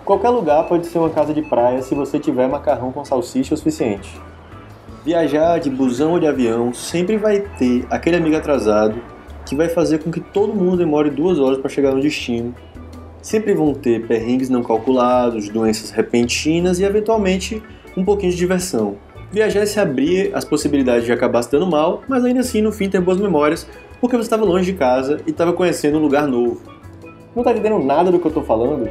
Qualquer lugar pode ser uma casa de praia se você tiver macarrão com salsicha o suficiente. Viajar de busão ou de avião sempre vai ter aquele amigo atrasado que vai fazer com que todo mundo demore 2 horas para chegar no destino. Sempre vão ter perrengues não calculados, doenças repentinas e, eventualmente, um pouquinho de diversão. Viajar é se abrir as possibilidades de acabar se dando mal, mas ainda assim, no fim, ter boas memórias, porque você estava longe de casa e estava conhecendo um lugar novo. Não tá entendendo nada do que eu tô falando?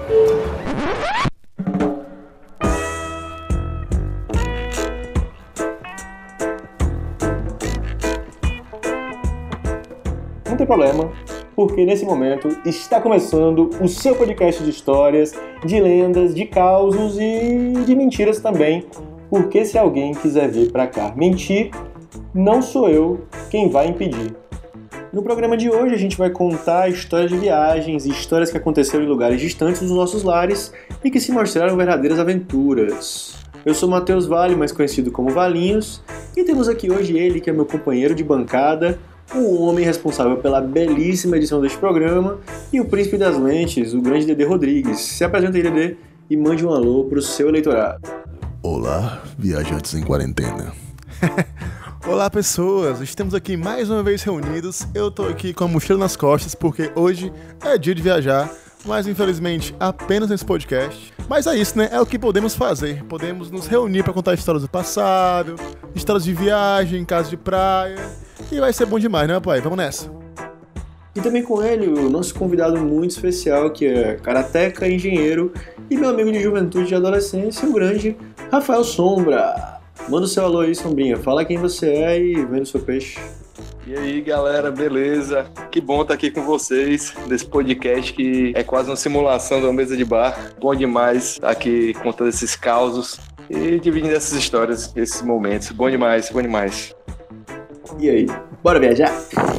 Não tem problema, porque nesse momento está começando o seu podcast de histórias, de lendas, de causos e de mentiras também, porque se alguém quiser vir pra cá mentir, não sou eu quem vai impedir. No programa de hoje a gente vai contar histórias de viagens e histórias que aconteceram em lugares distantes dos nossos lares e que se mostraram verdadeiras aventuras. Eu sou Matheus Vale, mais conhecido como Valinhos, e temos aqui hoje ele, que é meu companheiro de bancada, o homem responsável pela belíssima edição deste programa e o príncipe das lentes, o grande Dedê Rodrigues. Se apresenta aí, Dedê, e mande um alô pro seu eleitorado. Olá, viajantes em quarentena. Olá, pessoas! Estamos aqui mais uma vez reunidos. Eu tô aqui com a mochila nas costas porque hoje é dia de viajar, mas infelizmente apenas nesse podcast. Mas é isso, né? É o que podemos fazer. Podemos nos reunir para contar histórias do passado, histórias de viagem, casa de praia. E vai ser bom demais, né, pai? Vamos nessa! E também com ele, o nosso convidado muito especial, que é karateca, engenheiro e meu amigo de juventude e de adolescência, o grande Rafael Sombra. Manda o seu alô aí, Sombrinha. Fala quem você é e vendo o seu peixe. E aí, galera, beleza? Que bom estar aqui com vocês nesse podcast que é quase uma simulação de uma mesa de bar. Bom demais estar aqui contando esses causos e dividindo essas histórias, esses momentos. Bom demais, bom demais. E aí, bora viajar?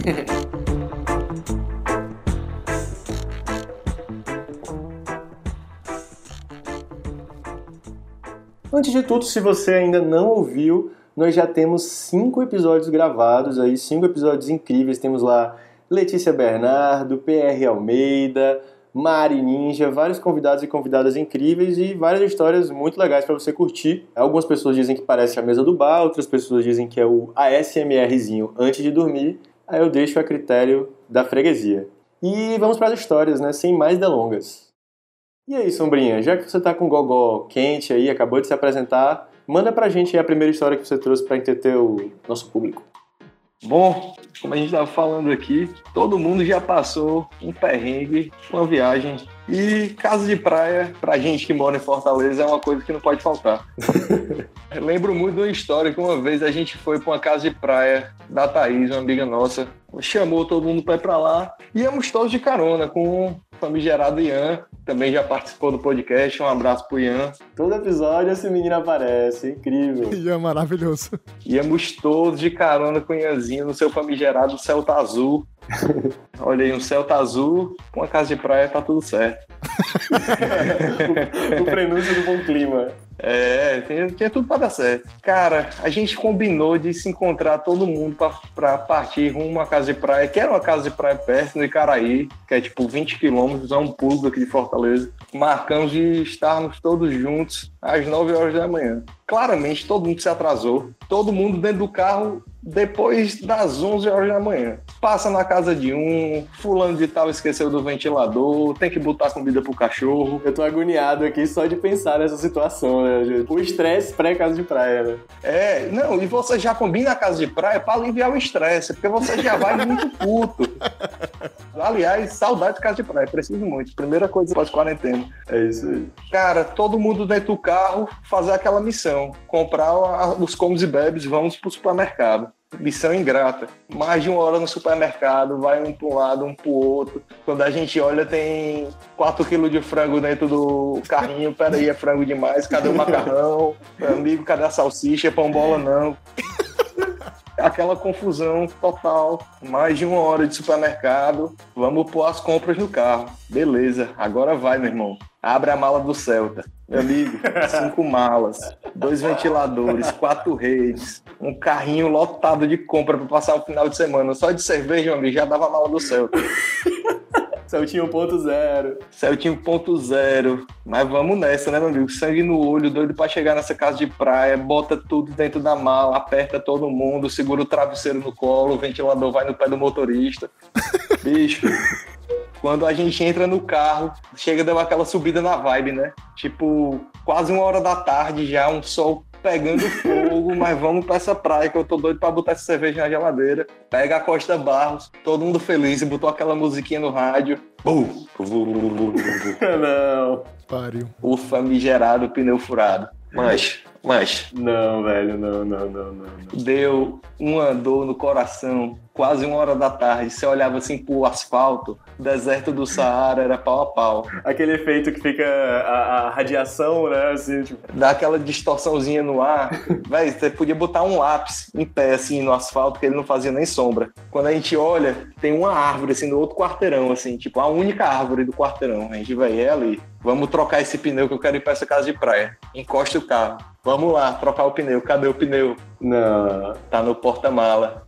Antes de tudo, se você ainda não ouviu, nós já temos 5 episódios gravados, aí 5 episódios incríveis. Temos lá Letícia Bernardo, PR Almeida, Mari Ninja, vários convidados e convidadas incríveis e várias histórias muito legais para você curtir. Algumas pessoas dizem que parece a mesa do bar, outras pessoas dizem que é o ASMRzinho antes de dormir. Aí eu deixo a critério da freguesia. E vamos para as histórias, né? Sem mais delongas. E aí, Sombrinha, já que você tá com o gogó quente aí, acabou de se apresentar, manda pra gente aí a primeira história que você trouxe pra entreter o nosso público. Bom, como a gente estava falando aqui, todo mundo já passou um perrengue, uma viagem. E casa de praia, pra gente que mora em Fortaleza, é uma coisa que não pode faltar. Eu lembro muito de uma história que uma vez a gente foi pra uma casa de praia da Thaís, uma amiga nossa, chamou todo mundo pra ir pra lá. E íamos todos de carona com o famigerado Ian, também já participou do podcast, um abraço pro Ian. Todo episódio esse menino aparece, incrível. Ian maravilhoso. Íamos todos de carona com o Ianzinho no seu famigerado Celta Azul. Olha aí, um Celta Azul com uma casa de praia, tá tudo certo. O prenúncio do bom clima. É, tinha tudo pra dar certo. Cara, a gente combinou de se encontrar todo mundo pra partir rumo a uma casa de praia, que era uma casa de praia perto, no Icaraí, que é tipo 20 quilômetros, é um pulo daqui de Fortaleza. Marcamos de estarmos todos juntos às 9 horas da manhã. Claramente, todo mundo se atrasou. Todo mundo dentro do carro depois das 11 horas da manhã. Passa na casa de um, fulano de tal esqueceu do ventilador, tem que botar comida pro cachorro. Eu tô agoniado aqui só de pensar nessa situação, né, gente? O estresse pré-casa de praia, né? É, não, e você já combina a casa de praia pra aliviar o estresse, porque você já vai muito puto. Aliás, saudade de casa de praia, preciso muito. Primeira coisa pós-quarentena. É isso aí. Cara, todo mundo dentro do carro fazer aquela missão. Comprar os comes e bebes, vamos pro supermercado. Missão ingrata. Mais de 1 hora no supermercado, vai um para um lado, um pro outro. Quando a gente olha, tem 4 quilos de frango dentro do carrinho. Peraí, é frango demais. Cadê o macarrão? Meu amigo, cadê a salsicha? Pão bola não. Aquela confusão total. Mais de 1 hora de supermercado. Vamos pôr as compras no carro. Beleza, agora vai, meu irmão. Abre a mala do Celta. Meu amigo, 5 malas, 2 ventiladores, 4 redes, um carrinho lotado de compra para passar o final de semana. Só de cerveja, meu amigo, já dava a mala do Celta. Celtinha 1.0. Celtinha 1.0. Mas vamos nessa, né, meu amigo? Sangue no olho, doido pra chegar nessa casa de praia, bota tudo dentro da mala, aperta todo mundo, segura o travesseiro no colo, o ventilador vai no pé do motorista. Bicho, quando a gente entra no carro, chega deu aquela subida na vibe, né? Tipo, quase 1h da tarde já, um sol pegando fogo, mas vamos pra essa praia que eu tô doido pra botar essa cerveja na geladeira. Pega a Costa Barros, todo mundo feliz, e botou aquela musiquinha no rádio. Não. Pariu. O famigerado pneu furado. Mancha. Não, velho, não. Deu uma dor no coração, quase 1h da tarde. Você olhava assim pro asfalto, o deserto do Saara era pau a pau. Aquele efeito que fica a radiação, né? Assim, tipo... Dá aquela distorçãozinha no ar. Véi, você podia botar um lápis em pé, assim, no asfalto, que ele não fazia nem sombra. Quando a gente olha, tem uma árvore, assim, no outro quarteirão, assim, tipo, a única árvore do quarteirão. A gente vai, é ali. Vamos trocar esse pneu que eu quero ir pra essa casa de praia. Encosta o carro. Vamos lá, trocar o pneu. Cadê o pneu? Não. Tá no porta-mala.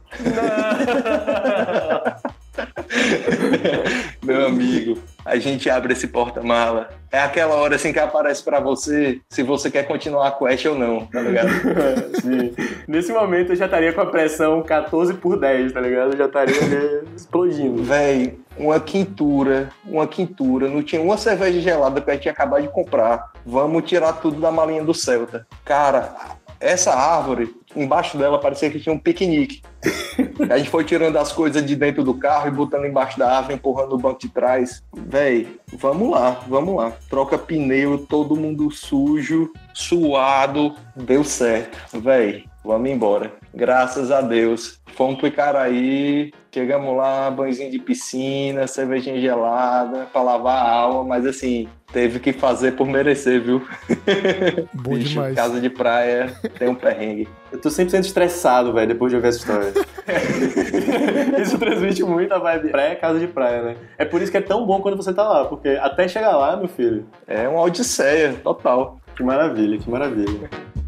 Meu amigo, a gente abre esse porta-mala. É aquela hora assim que aparece pra você se você quer continuar a quest ou não, tá ligado? Sim. Nesse momento eu já estaria com a pressão 14/10, tá ligado? Eu já estaria explodindo. Véi, uma quintura. Não tinha uma cerveja gelada que a gente tinha acabado de comprar. Vamos tirar tudo da malinha do Celta. Cara, essa árvore, embaixo dela parecia que tinha um piquenique. A gente foi tirando as coisas de dentro do carro e botando embaixo da árvore, empurrando no banco de trás. Véi, vamos lá. Troca pneu, todo mundo sujo, suado. Deu certo. Véi, vamos embora. Graças a Deus. Fomos pro Icaraí, chegamos lá, banhozinho de piscina, cervejinha gelada, pra lavar a alma, mas assim, teve que fazer por merecer, viu? Bom Bicho, demais. casa de praia, tem um perrengue. Eu tô 100% estressado, velho, depois de ouvir essa história. Isso transmite muito a vibe pré-casa de praia, né? É por isso que é tão bom quando você tá lá, porque até chegar lá, meu filho... É uma odisseia, total. Que maravilha, que maravilha.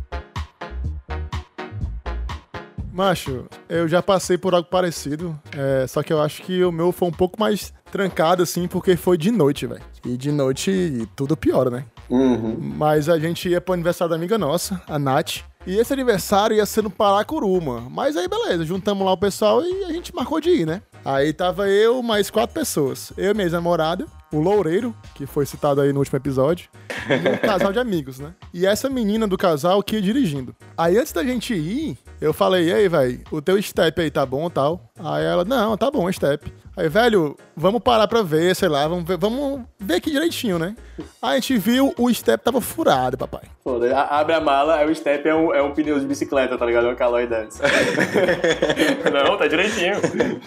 Macho, eu já passei por algo parecido, só que eu acho que o meu foi um pouco mais trancado, assim, porque foi de noite, velho. E de noite tudo piora, né? Uhum. Mas a gente ia pro aniversário da amiga nossa, a Nath, e esse aniversário ia ser no Paracuruma. Mas aí, beleza, juntamos lá o pessoal e a gente marcou de ir, né? Aí tava eu, mais 4 pessoas. Eu e minha ex-namorada, o Loureiro, que foi citado aí no último episódio, e um casal de amigos, né? E essa menina do casal que ia dirigindo. Aí antes da gente ir, eu falei, e aí, velho, o teu step aí tá bom e tal? Aí ela, não, tá bom, step. Aí, velho, vamos parar pra ver, sei lá, vamos ver aqui direitinho, né? Aí a gente viu, o step tava furado, papai. Foda, abre a mala, aí o step é um pneu de bicicleta, tá ligado? É um Caloi Dance. Não, tá direitinho.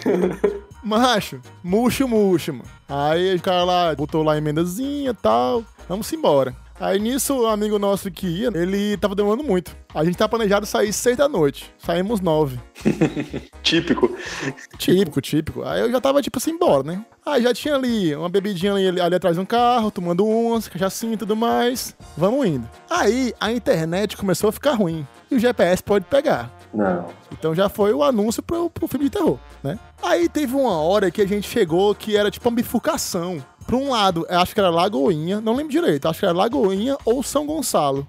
Macho, murcho, mano. Aí o cara lá botou lá a emendazinha e tal, vamos embora. Aí nisso, um amigo nosso que ia, ele tava demorando muito. A gente tá planejado sair 6 da noite. Saímos 9. Típico. Típico. Aí eu já tava, tipo assim, embora, né? Aí já tinha ali uma bebidinha ali atrás de um carro, tomando umas, cachaçinha e tudo mais. Vamos indo. Aí a internet começou a ficar ruim. E o GPS pode pegar. Não. Então já foi o anúncio pro filme de terror, né? Aí teve uma hora que a gente chegou que era tipo uma bifurcação. Pra um lado, eu acho que era Lagoinha, não lembro direito, acho que era Lagoinha ou São Gonçalo.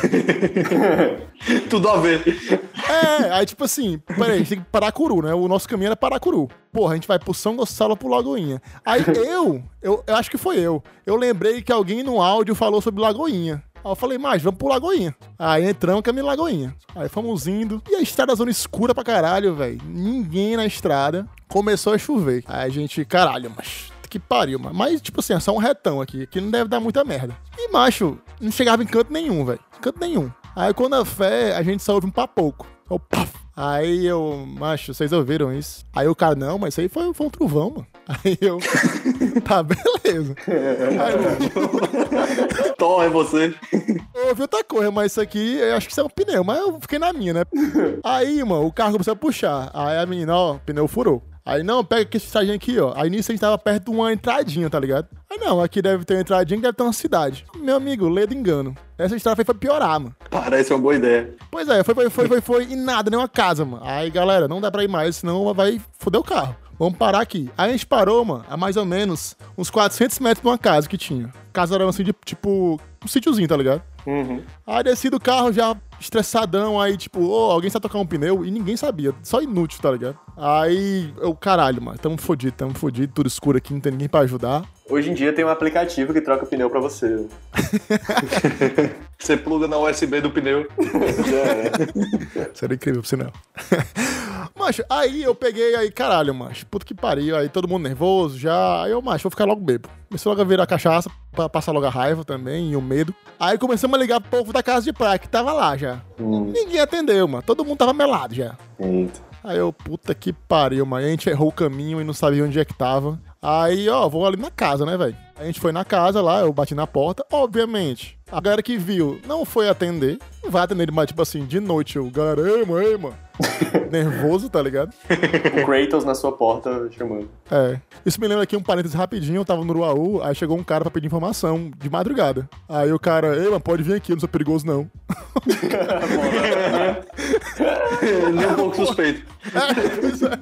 Tudo a ver. Aí tipo assim, peraí, a gente tem que ir para Paracuru, né? O nosso caminho era Paracuru. Porra, a gente vai pro São Gonçalo ou pro Lagoinha. Aí eu acho que foi eu lembrei que alguém no áudio falou sobre Lagoinha. Aí eu falei, mas vamos pro Lagoinha. Aí entramos caminho Lagoinha. Aí fomos indo. E a estrada zona escura pra caralho, velho. Ninguém na estrada. Começou a chover. Aí a gente, caralho, mas que pariu, mano. Mas, tipo assim, é só um retão aqui, que não deve dar muita merda. E, macho, não chegava em canto nenhum, velho. Canto nenhum. Aí, quando a fé, a gente só ouve um papoco. O paf. Aí eu, macho, vocês ouviram isso? Aí o cara, não, mas isso aí foi um trovão, mano. Aí eu, tá, beleza. Aí, Tom, é você. eu ouvi outra coisa, mas isso aqui, eu acho que isso é um pneu, mas eu fiquei na minha, né? Aí, mano, o carro começou a puxar. Aí a menina, ó, o pneu furou. Aí, não, pega esse estradinho aqui, ó. Aí nisso a gente tava perto de uma entradinha, tá ligado? Aí, não, aqui deve ter uma entradinha que deve ter uma cidade. Meu amigo, ledo engano. Essa estrada foi piorar, mano. Parece uma boa ideia. Pois é, foi e nada, nem uma casa, mano. Aí, galera, não dá pra ir mais, senão vai foder o carro. vamos parar aqui. Aí a gente parou, mano, a mais ou menos uns 400 metros de uma casa que tinha. Casa era assim, de, tipo, um sítiozinho, tá ligado? Uhum. Aí desci do carro já estressadão, aí tipo, alguém sabe tocar um pneu? E ninguém sabia, só inútil, tá ligado? Aí eu, caralho, mano, tamo fodido, tudo escuro aqui, não tem ninguém pra ajudar. Hoje em dia tem um aplicativo que troca pneu pra você. Você pluga na USB do pneu. Seria incrível pra você não. Macho, aí eu peguei, aí, caralho, macho, puta que pariu, aí todo mundo nervoso já, aí eu, macho, vou ficar logo bêbado. Comecei logo a virar cachaça, pra passar logo a raiva também e o medo. Aí começamos a ligar pro povo da casa de praia, que tava lá já. Ninguém atendeu, mano, todo mundo tava melado já. Eita. Aí eu, puta que pariu, mano, a gente errou o caminho e não sabia onde é que tava. Aí, vou ali na casa, né, velho? A gente foi na casa lá, eu bati na porta, obviamente. A galera que viu não foi atender, não vai atender, mas tipo assim, de noite eu, galera, ei, mano. Nervoso, tá ligado? O Kratos na sua porta chamando. Isso me lembra aqui um parênteses rapidinho, eu tava no Uruaú, aí chegou um cara pra pedir informação, de madrugada. Aí o cara, ei, mano, pode vir aqui, eu não sou perigoso não. Nem um pouco suspeito. Pois é.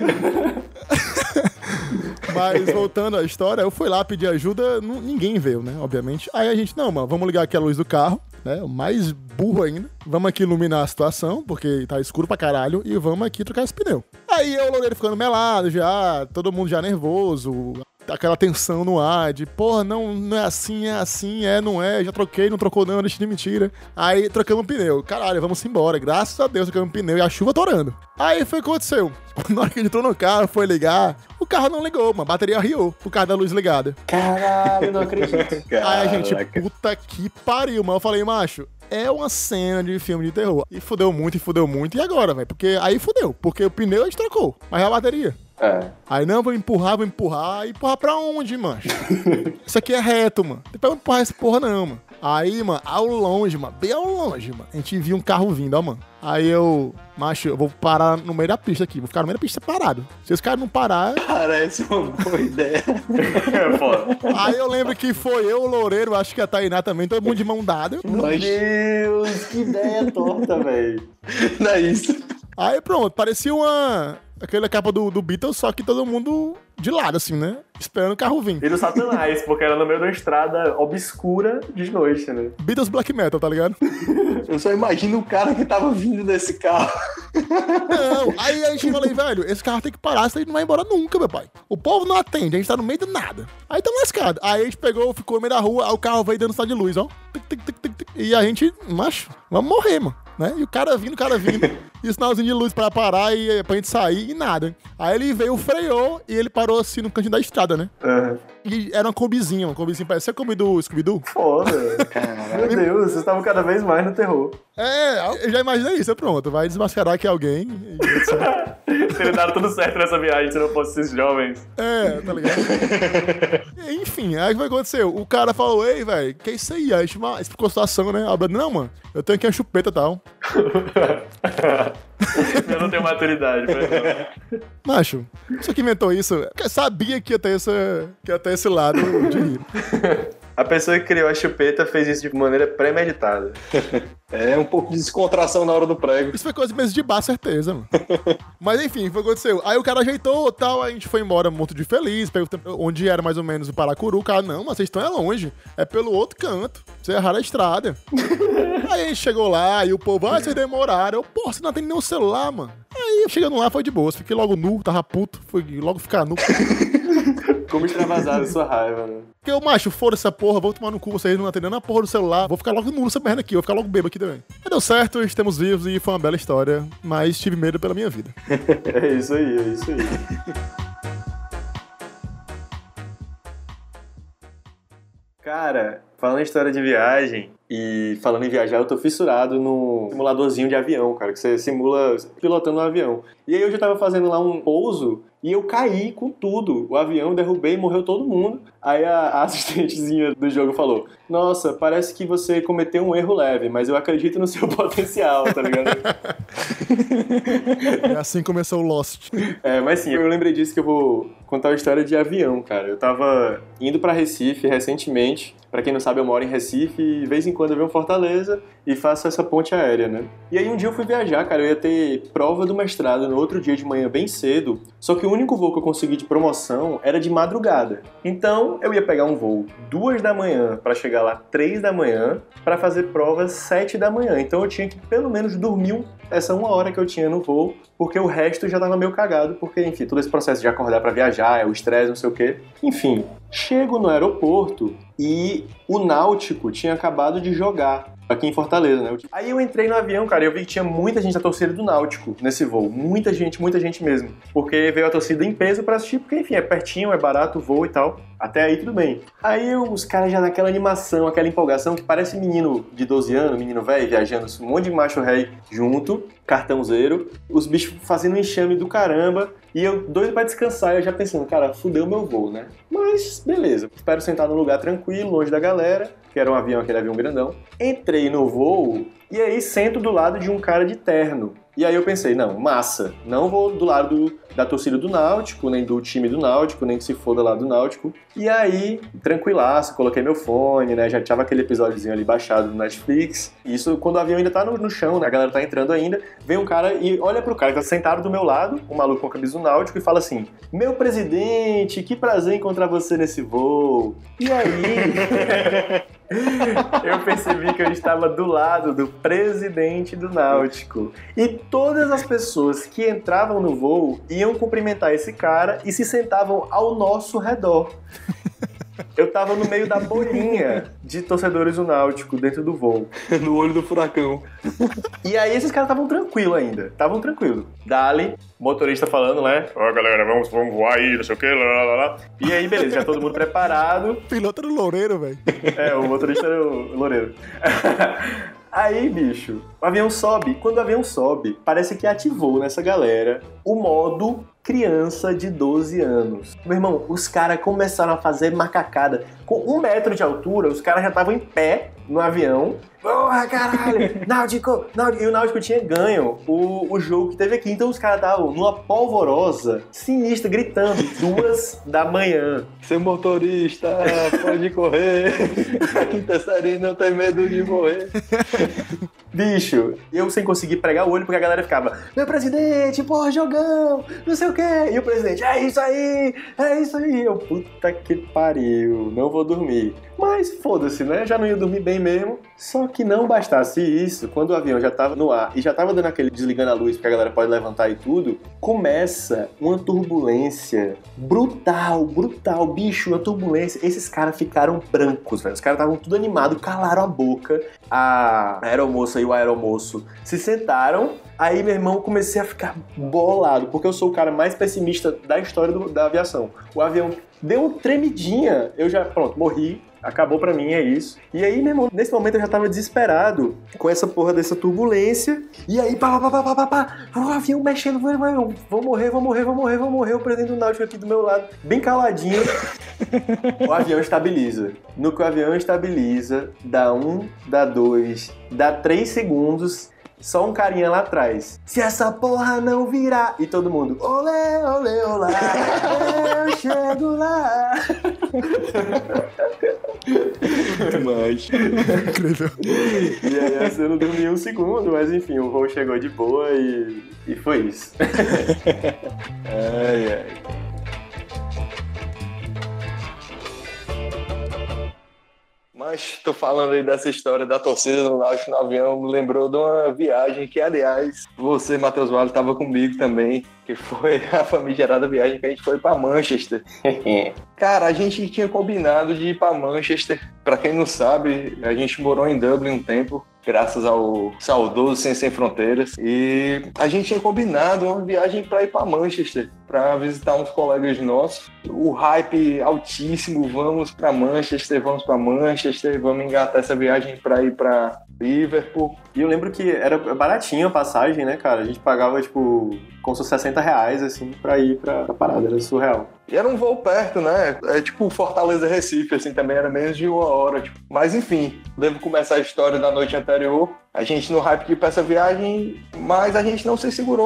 Mas voltando à história, eu fui lá pedir ajuda, ninguém veio, né, obviamente. Aí a gente, não, mano, vamos ligar aqui a luz do carro, né, o mais burro ainda. Vamos aqui iluminar a situação, porque tá escuro pra caralho, e vamos aqui trocar esse pneu. Aí eu, o Loureiro, ficando melado já, todo mundo já nervoso, aquela tensão no ar de, porra, não é assim, não é, já troquei, não trocou não, deixa de mentira. Aí trocamos o pneu, caralho, vamos embora, graças a Deus trocamos o pneu e a chuva torando. Aí foi o que aconteceu, na hora que ele entrou no carro, foi ligar, o carro não ligou, mano, a bateria riou, por causa da luz ligada. Caralho, não acredito. Aí a gente, puta que pariu, mano, eu falei, macho, é uma cena de filme de terror. E fudeu muito, e agora, velho? Porque aí fudeu, porque o pneu a gente trocou, mas a bateria. Aí não, vou empurrar, e empurrar pra onde, mano? Isso aqui é reto, mano. Não tem pra empurrar essa porra não, mano. Aí, mano, ao longe, bem ao longe, mano, a gente viu um carro vindo, ó, mano. Aí eu, macho, eu vou parar no meio da pista aqui, vou ficar no meio da pista parado. Se os caras não parar... Parece uma boa ideia. Foda. Aí eu lembro que foi eu, o Loureiro, acho que a Tainá também, todo mundo de mão dada. Meu Deus, que ideia torta, velho. Não é isso. Aí pronto, parecia aquela capa do Beatles, só que todo mundo de lado, assim, né? Esperando o carro vir. E do Satanás, porque era no meio de uma estrada obscura de noite, né? Beatles Black Metal, tá ligado? Eu só imagino o cara que tava vindo desse carro. Não, aí a gente falei, velho, esse carro tem que parar, senão a gente não vai embora nunca, meu pai. O povo não atende, a gente tá no meio do nada. Aí tamo lascado. Aí a gente pegou, ficou no meio da rua, aí o carro veio dando sinal de luz, ó. Tic, tic, tic, tic, tic. E a gente, macho, vamos morrer, mano. Né? E o cara vindo. E o sinalzinho de luz pra parar e pra gente sair e nada. Aí ele veio, freou e ele parou assim no cantinho da estrada, né? E era uma combizinha parecia a Kombi do Scooby-Doo. Foda. Meu Deus, vocês estavam cada vez mais no terror. Eu já imaginei isso, pronto. Vai desmascarar aqui alguém e etc. Teria dado tudo certo nessa viagem se não fossem esses jovens. Tá ligado? Enfim, aí o que aconteceu? O cara falou, ei, velho, que é isso aí? Aí explicou a situação, né? Não, mano, eu tenho aqui uma chupeta e tal. Eu não tenho maturidade, mas não. Macho, você que inventou isso, eu sabia que ia ter esse lado de rir. A pessoa que criou a chupeta fez isso de maneira premeditada. É um pouco de descontração na hora do prego. Isso foi coisa de meses de bar, certeza, mano. Mas enfim, foi o que aconteceu. Aí o cara ajeitou e tal, aí a gente foi embora muito de feliz, perguntando onde era mais ou menos o Paracuru. O cara, não, mas vocês estão longe, é pelo outro canto, vocês erraram a estrada. Aí a gente chegou lá e o povo, vocês demoraram. Eu, porra, você não tem nenhum celular, mano. Aí chegando lá foi de boa, fiquei logo nu, tava puto, fui logo ficar nu. Como extravasar a sua raiva, né? Porque eu, macho, fora essa porra, vou tomar no cu, vocês não atendendo a porra do celular, vou ficar logo nu nessa merda aqui, vou ficar logo bêbado aqui também. Mas deu certo, estamos vivos e foi uma bela história, mas tive medo pela minha vida. É isso aí. Cara, falando em história de viagem e falando em viajar, eu tô fissurado no simuladorzinho de avião, cara, que você simula pilotando um avião. E aí eu já tava fazendo lá um pouso e eu caí com tudo. O avião, derrubei e morreu todo mundo. Aí a assistentezinha do jogo falou, nossa, parece que você cometeu um erro leve, mas eu acredito no seu potencial, tá ligado? E assim começou o Lost. Mas sim, eu lembrei disso que eu vou contar uma história de avião, cara. Eu tava indo pra Recife recentemente. Pra quem não sabe, eu moro em Recife e de vez em quando eu venho em Fortaleza e faço essa ponte aérea, né? E aí um dia eu fui viajar, cara, eu ia ter prova do mestrado no outro dia de manhã bem cedo, só que o único voo que eu consegui de promoção era de madrugada. Então, eu ia pegar um voo 2 da manhã para chegar lá 3 da manhã para fazer provas 7 da manhã. Então, eu tinha que pelo menos dormir essa 1 hora que eu tinha no voo, porque o resto já tava meio cagado, porque, enfim, todo esse processo de acordar para viajar, o estresse, não sei o quê. Enfim, chego no aeroporto e o Náutico tinha acabado de jogar aqui em Fortaleza, né? Aí eu entrei no avião, cara, e eu vi que tinha muita gente da torcida do Náutico nesse voo. Muita gente mesmo. Porque veio a torcida em peso pra assistir, porque, enfim, é pertinho, é barato o voo e tal. Até aí tudo bem. Aí os caras já naquela animação, aquela empolgação, que parece menino de 12 anos, menino velho, viajando, um monte de macho rei junto, cartãozeiro, os bichos fazendo um enxame do caramba, e eu doido pra descansar, eu já pensando, cara, fudeu meu voo, né? Mas, beleza. Espero sentar num lugar tranquilo, longe da galera, que era um avião, aquele avião grandão. Entrei no voo, e aí sento do lado de um cara de terno. E aí eu pensei, não, massa, não vou do lado da torcida do Náutico, nem do time do Náutico, nem que se foda lá do Náutico. E aí, tranquilaço, coloquei meu fone, né, já tinha aquele episódiozinho ali baixado no Netflix. Isso quando o avião ainda tá no chão, né, a galera tá entrando ainda, vem um cara e olha pro cara que tá sentado do meu lado, um maluco com a camisa do Náutico, e fala assim, meu presidente, que prazer encontrar você nesse voo. E aí... eu percebi que eu estava do lado do presidente do Náutico. E todas as pessoas que entravam no voo iam cumprimentar esse cara e se sentavam ao nosso redor. Eu tava no meio da bolinha de torcedores do Náutico dentro do voo. No olho do furacão. E aí esses caras estavam tranquilos ainda. Estavam tranquilos. Dali, motorista falando, né? Ó, galera, vamos voar aí, não sei o que, lá. E aí, beleza, já todo mundo preparado. O piloto era o Loureiro, velho. É, o motorista era o Loureiro. Aí, bicho, o avião sobe. Quando o avião sobe, parece que ativou nessa galera o modo criança de 12 anos. Meu irmão, os caras começaram a fazer macacada. Com 1 metro de altura, os caras já estavam em pé no avião. Porra, caralho! Náutico! E o Náutico tinha ganho o jogo que teve aqui. Então os caras estavam numa polvorosa sinistra, gritando, 2 da manhã. Seu motorista, pode correr. A quinta série não tem medo de morrer. Bicho, eu sem conseguir pregar o olho, porque a galera ficava, meu presidente, porra, jogão, não sei o quê. E o presidente, é isso aí. Eu, puta que pariu, não vou dormir. Mas foda-se, né? Já não ia dormir bem mesmo. Só que não bastasse isso, quando o avião já tava no ar e já tava dando aquele desligando a luz, porque a galera pode levantar e tudo, começa uma turbulência brutal, bicho, uma turbulência. Esses caras ficaram brancos, velho. Os caras estavam tudo animados, calaram a boca. A aeromoça e o aeromoço se sentaram. Aí, meu irmão, comecei a ficar bolado, porque eu sou o cara mais pessimista da história da aviação. O avião deu uma tremidinha, eu já, pronto, morri. Acabou pra mim, é isso. E aí, meu irmão, nesse momento eu já tava desesperado com essa porra dessa turbulência. E aí, o avião mexendo, vou morrer. O presidente do Náutico aqui do meu lado, bem caladinho. O avião estabiliza. No que o avião estabiliza, dá 1, dá 2, dá 3 segundos. Só um carinha lá atrás. Se essa porra não virar. E todo mundo. Olê, olê, olá. Eu chego lá. Demais. Incrível. E aí assim, eu não dormi 1 segundo, mas enfim, o voo chegou de boa e foi isso. Ai. Mas tô falando aí dessa história da torcida do Náutico no avião, me lembrou de uma viagem que, aliás, você, Matheus Vale, estava comigo também, que foi a famigerada viagem que a gente foi para Manchester. Cara, a gente tinha combinado de ir para Manchester. Para quem não sabe, a gente morou em Dublin um tempo, graças ao saudoso Sem Fronteiras. E a gente tinha combinado uma viagem para ir para Manchester, para visitar uns colegas nossos. O hype altíssimo, vamos para Manchester, vamos engatar essa viagem para ir para Liverpool. E eu lembro que era baratinho a passagem, né, cara? A gente pagava, tipo, como se fosse R$60, assim, pra ir pra parada. Era surreal. E era um voo perto, né? É tipo Fortaleza-Recife, assim, também era menos de 1 hora. Tipo. Mas, enfim, devo começar a história da noite anterior. A gente no hype aqui pra essa viagem, mas a gente não se segurou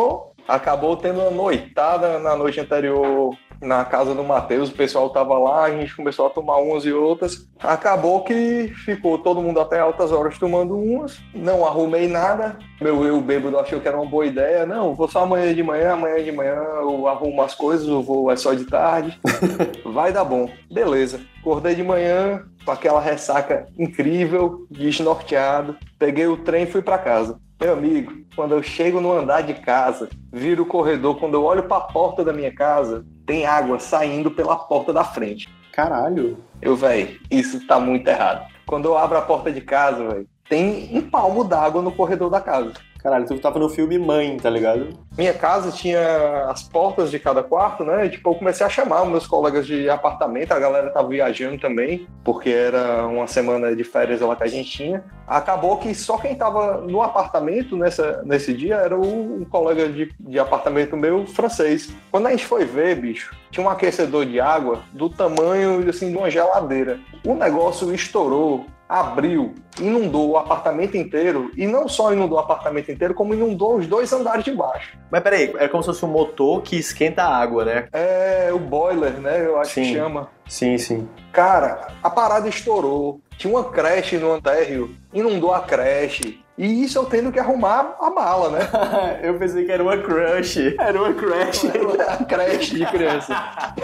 Acabou tendo uma noitada na noite anterior na casa do Matheus, o pessoal tava lá, a gente começou a tomar umas e outras. Acabou que ficou todo mundo até altas horas tomando umas, não arrumei nada. Eu bêbado achou que era uma boa ideia. Não, vou só amanhã de manhã eu arrumo as coisas, o voo é só de tarde. Vai dar bom. Beleza. Acordei de manhã com aquela ressaca incrível, desnorteado. Peguei o trem e fui para casa. Meu amigo, quando eu chego no andar de casa, viro o corredor, quando eu olho para a porta da minha casa, tem água saindo pela porta da frente. Caralho. Véi, isso tá muito errado. Quando eu abro a porta de casa, véi, tem um palmo d'água no corredor da casa. Caralho, tu tava no filme Mãe, tá ligado? Minha casa tinha as portas de cada quarto, né? E, tipo, eu comecei a chamar meus colegas de apartamento, a galera tava viajando também, porque era uma semana de férias lá que a gente tinha. Acabou que só quem tava no apartamento nesse dia era um colega de apartamento meu, francês. Quando a gente foi ver, bicho, tinha um aquecedor de água do tamanho, assim, de uma geladeira. O negócio estourou, abriu, inundou o apartamento inteiro, e não só inundou o apartamento inteiro, como inundou os 2 andares de baixo. Mas peraí, é como se fosse um motor que esquenta a água, né? É o boiler, né? Eu acho que chama. Sim, sim. Cara, a parada estourou. Tinha uma creche no térreo, inundou a creche. E isso eu tendo que arrumar a mala, né? Eu pensei que era uma crush. Era uma creche. A creche de criança.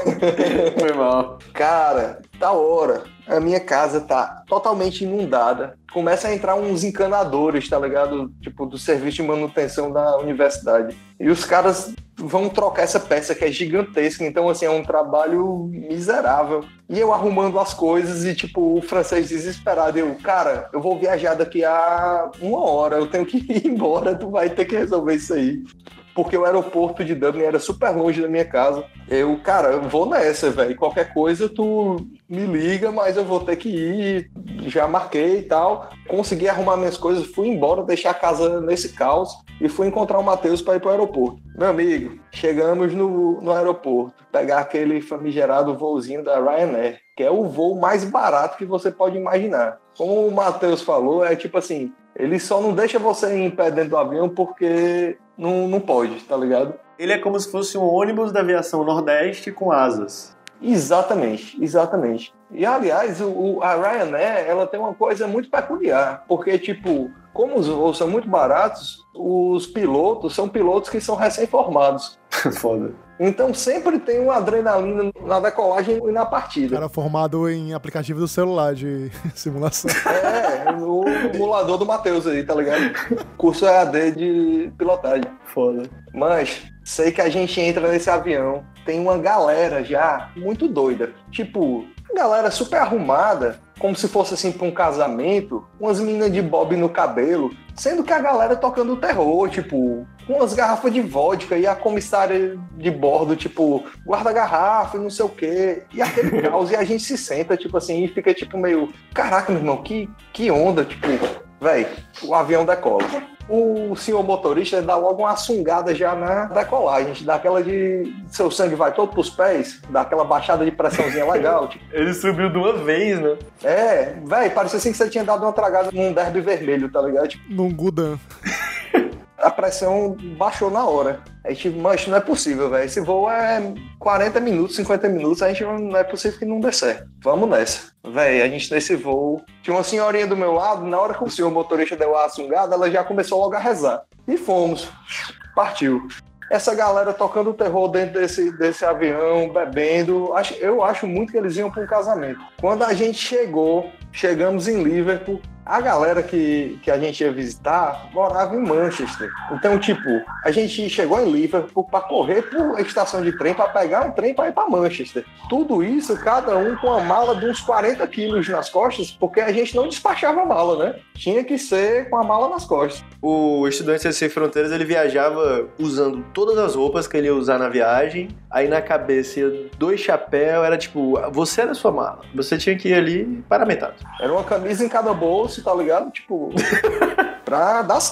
Foi mal. Cara, da hora. A minha casa tá totalmente inundada. Começa a entrar uns encanadores, tá ligado? Tipo, do serviço de manutenção da universidade. E os caras vão trocar essa peça que é gigantesca. Então, assim, é um trabalho miserável. E eu arrumando as coisas e, tipo, o francês desesperado. Cara, eu vou viajar daqui a 1 hora. Eu tenho que ir embora. Tu vai ter que resolver isso aí. Porque o aeroporto de Dublin era super longe da minha casa. Cara, eu vou nessa, velho. Qualquer coisa tu me liga, mas eu vou ter que ir. Já marquei e tal. Consegui arrumar minhas coisas, fui embora, deixar a casa nesse caos e fui encontrar o Matheus para ir pro aeroporto. Meu amigo, chegamos no aeroporto, pegar aquele famigerado voozinho da Ryanair, que é o voo mais barato que você pode imaginar. Como o Matheus falou, é tipo assim, ele só não deixa você ir em pé dentro do avião porque não pode, tá ligado? Ele é como se fosse um ônibus da aviação Nordeste com asas. Exatamente. E, aliás, a Ryanair, ela tem uma coisa muito peculiar, porque, tipo, como os voos são muito baratos, os pilotos são pilotos que são recém-formados. Foda. Então sempre tem uma adrenalina na decolagem e na partida. Cara formado em aplicativo do celular de simulação. No emulador do Matheus aí, tá ligado? Curso EAD de pilotagem. Foda. Mas sei que a gente entra nesse avião, tem uma galera já muito doida. Tipo, galera super arrumada, como se fosse assim pra um casamento, umas meninas de bob no cabelo, sendo que a galera tocando terror, tipo, umas garrafas de vodka e a comissária de bordo, tipo, guarda a garrafa e não sei o quê, e aquele caos, e a gente se senta, tipo assim, e fica tipo meio, caraca, meu irmão, que onda, tipo, véi, o avião decola. O senhor motorista dá logo uma sungada já na decolagem, dá aquela de seu sangue vai todo pros pés, dá aquela baixada de pressãozinha legal. Tipo. Ele subiu de uma vez, né? Velho, parecia assim que você tinha dado uma tragada num derby vermelho, tá ligado? Tipo, Num Gudan. a pressão baixou na hora. A gente, mas não é possível, velho. Esse voo é 40 minutos, 50 minutos, a gente não é possível que não dê certo. Vamos nessa. Velho, a gente nesse voo, tinha uma senhorinha do meu lado, na hora que o senhor motorista deu a sungada, ela já começou logo a rezar. E fomos. Partiu. Essa galera tocando terror dentro desse avião, bebendo. Eu acho muito que eles iam para um casamento. Quando a gente chegamos em Liverpool, a galera que a gente ia visitar morava em Manchester. Então, tipo, a gente chegou em Liverpool para correr por estação de trem, para pegar um trem para ir para Manchester. Tudo isso, cada um com a mala de uns 40 quilos nas costas, porque a gente não despachava a mala, né? Tinha que ser com a mala nas costas. O Estudantes Sem Fronteiras, ele viajava usando todas as roupas que ele ia usar na viagem, aí na cabeça ia 2 chapéus, era tipo, você era a sua mala, você tinha que ir ali paramentado. Era uma camisa em cada bolso, tá ligado? Tipo, pra dar certo.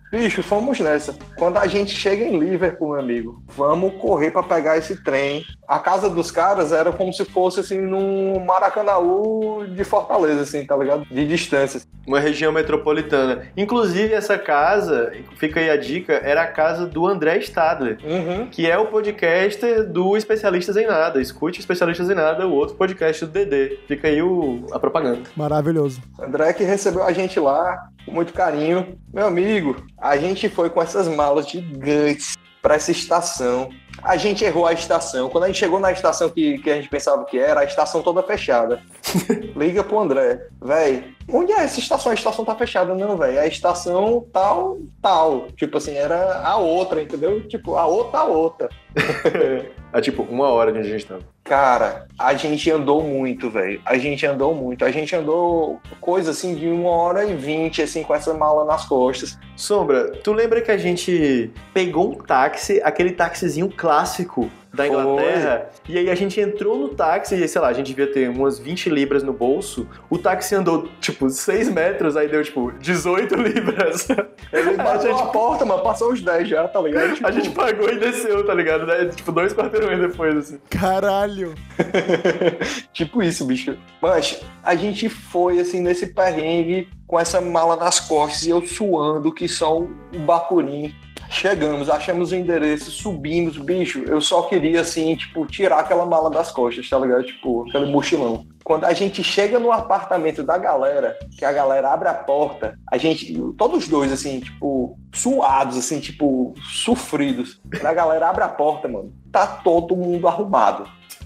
Bicho, fomos nessa. Quando a gente chega em Liverpool, meu amigo, vamos correr pra pegar esse trem. A casa dos caras era como se fosse, assim, num Maracanaú de Fortaleza, assim, tá ligado? De distância. Uma região metropolitana. Inclusive, essa casa, fica aí a dica, era a casa do André Stadler, que é o podcaster do Especialistas em Nada. Escute Especialistas em Nada, o outro podcast do Dedê. Fica aí a propaganda. Maravilhoso. André que recebeu a gente lá, com muito carinho. Meu amigo, a gente foi com essas malas gigantes pra essa estação. A gente errou a estação. Quando a gente chegou na estação que a gente pensava que era, a estação toda fechada. Liga pro André. Véi, onde é essa estação? A estação tá fechada. Não, véi. A estação tal. Tipo assim, era a outra, entendeu? Tipo, a outra. É tipo, 1 hora de onde a gente tava. Cara, a gente andou muito, velho. A gente andou coisa assim de 1h20, assim, com essa mala nas costas. Sombra, tu lembra que a gente pegou um táxi, aquele taxizinho clássico da Inglaterra, e aí a gente entrou no táxi e, sei lá, a gente devia ter umas 20 libras no bolso, o táxi andou, tipo, 6 metros, aí deu, tipo, 18 libras. Ele bateu a porta, mano, passou os 10 já, tá ligado? Tipo... A gente pagou e desceu, tá ligado? Tipo, 2 quarteirões depois, assim. Caralho! Tipo isso, bicho. Mas a gente foi, assim, nesse perrengue com essa mala nas costas e eu suando que só um bacurim. Chegamos, achamos o endereço, subimos, bicho, eu só queria, assim, tipo, tirar aquela mala das costas, tá ligado? Tipo, aquele mochilão. Quando a gente chega no apartamento da galera, que a galera abre a porta, a gente, todos os dois, assim, tipo, suados, assim, tipo, sofridos. A galera abre a porta, mano, tá todo mundo arrumado.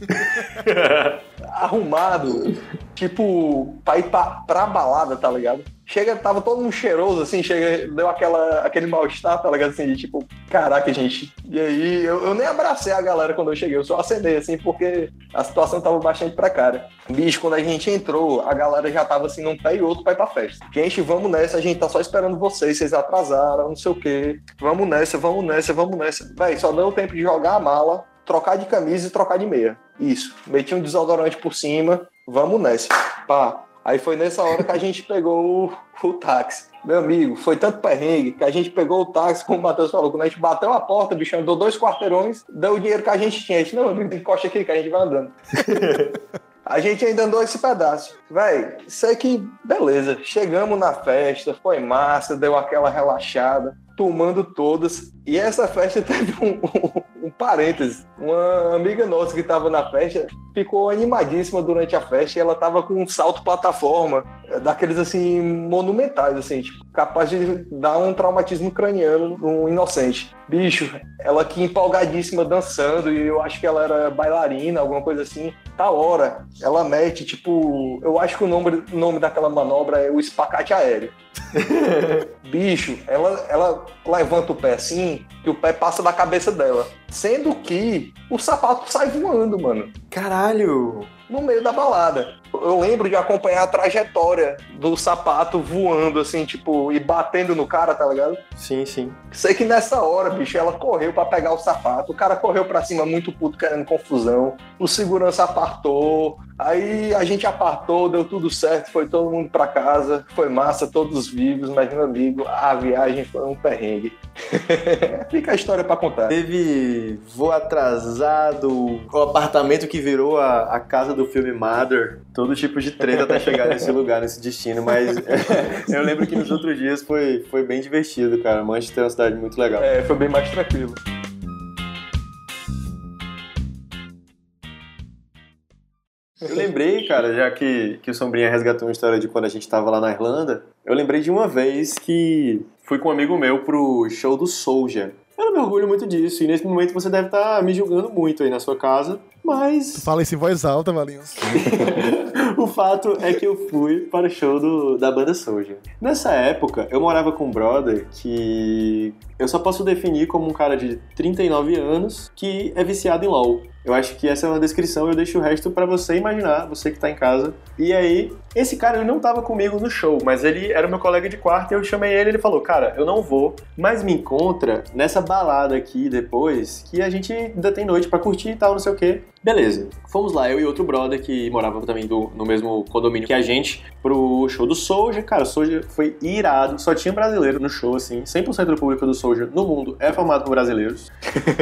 Arrumado, tipo, pra ir pra balada, tá ligado? Chega, tava todo mundo cheiroso, assim, deu aquele mal-estar, tá ligado? Assim, de tipo, caraca, gente. E aí, eu nem abracei a galera quando eu cheguei, eu só acenei, assim, porque a situação tava bastante precária. Bicho, quando a gente entrou, a galera já tava, assim, num pé e outro pra ir pra festa. Gente, vamos nessa, a gente tá só esperando vocês atrasaram, não sei o quê. Vamos nessa. Véi, só deu tempo de jogar a mala, trocar de camisa e trocar de meia. Isso. Meti um desodorante por cima, vamos nessa. Pá. Aí foi nessa hora que a gente pegou o táxi. Meu amigo, foi tanto perrengue que a gente pegou o táxi, como o Matheus falou, quando a gente bateu a porta, bicho, andou 2 quarteirões, deu o dinheiro que a gente tinha. A gente, não, meu amigo, encosta aqui que a gente vai andando. A gente ainda andou esse pedaço. Véi, sei que, beleza, chegamos na festa, foi massa, deu aquela relaxada, tomando todas. E essa festa teve um parêntese. Uma amiga nossa que estava na festa ficou animadíssima durante a festa e ela tava com um salto plataforma, daqueles assim, monumentais, assim, tipo, capaz de dar um traumatismo craniano num inocente. Bicho, ela aqui empolgadíssima dançando, e eu acho que ela era bailarina, alguma coisa assim. Tá hora, ela mete, tipo, eu acho que o nome daquela manobra é o espacate aéreo. Bicho, ela levanta o pé assim, que o pé passa da cabeça dela. Sendo que o sapato sai voando, mano. Caralho! No meio da balada. Eu lembro de acompanhar a trajetória do sapato voando, assim, tipo, e batendo no cara, tá ligado? Sim, sim. Sei que nessa hora, bicho, ela correu pra pegar o sapato. O cara correu pra cima muito puto, querendo confusão. O segurança apartou. Aí a gente apartou, deu tudo certo. Foi todo mundo pra casa. Foi massa, todos vivos. Mas, meu amigo, a viagem foi um perrengue. Fica a história pra contar. Teve voo atrasado, o apartamento que virou a casa do filme Mother. Todo tipo de treta até chegar nesse lugar, nesse destino. Mas eu lembro que nos outros dias foi bem divertido, cara. Manchester é uma cidade muito legal. É, foi bem mais tranquilo. Eu lembrei, cara, já que o Sombrinha resgatou uma história de quando a gente tava lá na Irlanda, eu lembrei de uma vez que fui com um amigo meu pro show do Soulja. Eu não me orgulho muito disso, e nesse momento você deve estar me julgando muito aí na sua casa, mas... Tu fala isso em voz alta, Valinhos. O fato é que eu fui para o show da banda Soulja. Nessa época, eu morava com um brother que eu só posso definir como um cara de 39 anos que é viciado em LOL. Eu acho que essa é uma descrição, eu deixo o resto pra você imaginar, você que tá em casa. E aí, esse cara, ele não tava comigo no show, mas ele era o meu colega de quarto e eu chamei ele, ele falou, cara, eu não vou, mas me encontra nessa balada aqui depois, que a gente ainda tem noite pra curtir e tal, não sei o quê. Beleza. Fomos lá, eu e outro brother que morava também no mesmo condomínio que a gente, pro show do Soulja. Cara, o Soulja foi irado, só tinha brasileiro no show, assim, 100% do público do Soulja no mundo é formado por brasileiros.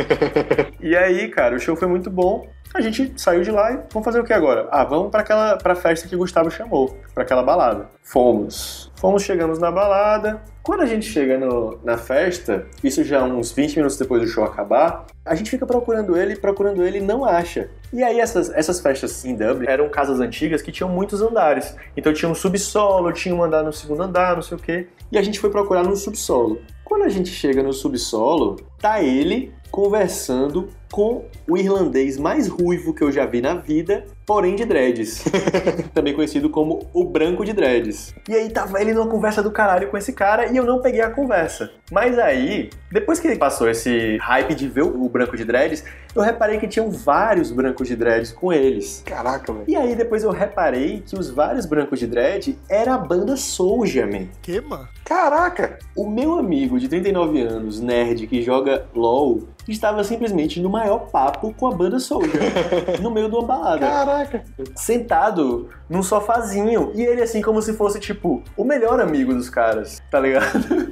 E aí, cara, o show foi muito bom. A gente saiu de lá e vamos fazer o que agora? Ah, vamos pra festa que o Gustavo chamou, pra aquela balada. Fomos, chegamos na balada. Quando a gente chega na festa, isso já uns 20 minutos depois do show acabar, a gente fica procurando ele e não acha. E aí essas festas em Dublin eram casas antigas que tinham muitos andares. Então tinha um subsolo, tinha um andar no segundo andar, não sei o quê. E a gente foi procurar no subsolo. Quando a gente chega no subsolo, tá ele conversando com o irlandês mais ruivo que eu já vi na vida, porém de dreads. Também conhecido como o branco de dreads. E aí tava ele numa conversa do caralho com esse cara e eu não peguei a conversa. Mas aí, depois que passou esse hype de ver o branco de dreads, eu reparei que tinham vários brancos de dreads com eles. Caraca, velho. E aí depois eu reparei que os vários brancos de dread era a banda Soulja, man. Que, mano? Caraca! O meu amigo de 39 anos, nerd, que joga LOL, estava simplesmente no maior papo com a banda Soulja, no meio de uma balada. Caraca! Sentado num sofazinho, e ele assim como se fosse, tipo, o melhor amigo dos caras, tá ligado?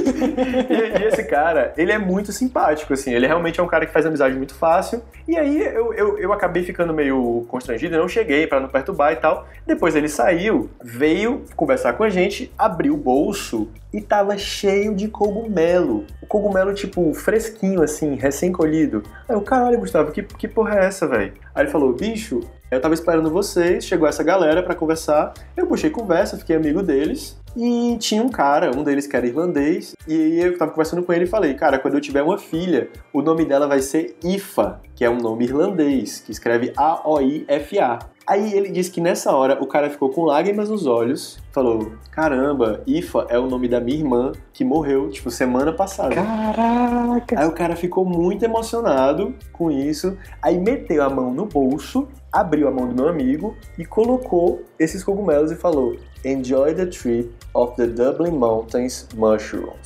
E esse cara, ele é muito simpático, assim, ele realmente é um cara que faz amizade muito fácil, e aí eu acabei ficando meio constrangido, eu não cheguei pra não perturbar e tal. Depois ele saiu, veio conversar com a gente, abriu o bolso e tava cheio de cogumelo. O cogumelo, tipo, fresquinho, assim, recém-colhido. Aí eu, caralho, Gustavo, que porra é essa, velho? Aí ele falou, bicho, eu tava esperando vocês, chegou essa galera pra conversar, eu puxei conversa, fiquei amigo deles, e tinha um cara, um deles que era irlandês, e aí eu tava conversando com ele e falei, cara, quando eu tiver uma filha, o nome dela vai ser Ifa, que é um nome irlandês, que escreve A-O-I-F-A. Aí ele disse que nessa hora o cara ficou com lágrimas nos olhos, falou, caramba, Ifa é o nome da minha irmã que morreu, tipo, semana passada. Caraca! Aí o cara ficou muito emocionado com isso, aí meteu a mão no bolso, abriu a mão do meu amigo e colocou esses cogumelos e falou, enjoy the trip of the Dublin Mountains mushrooms.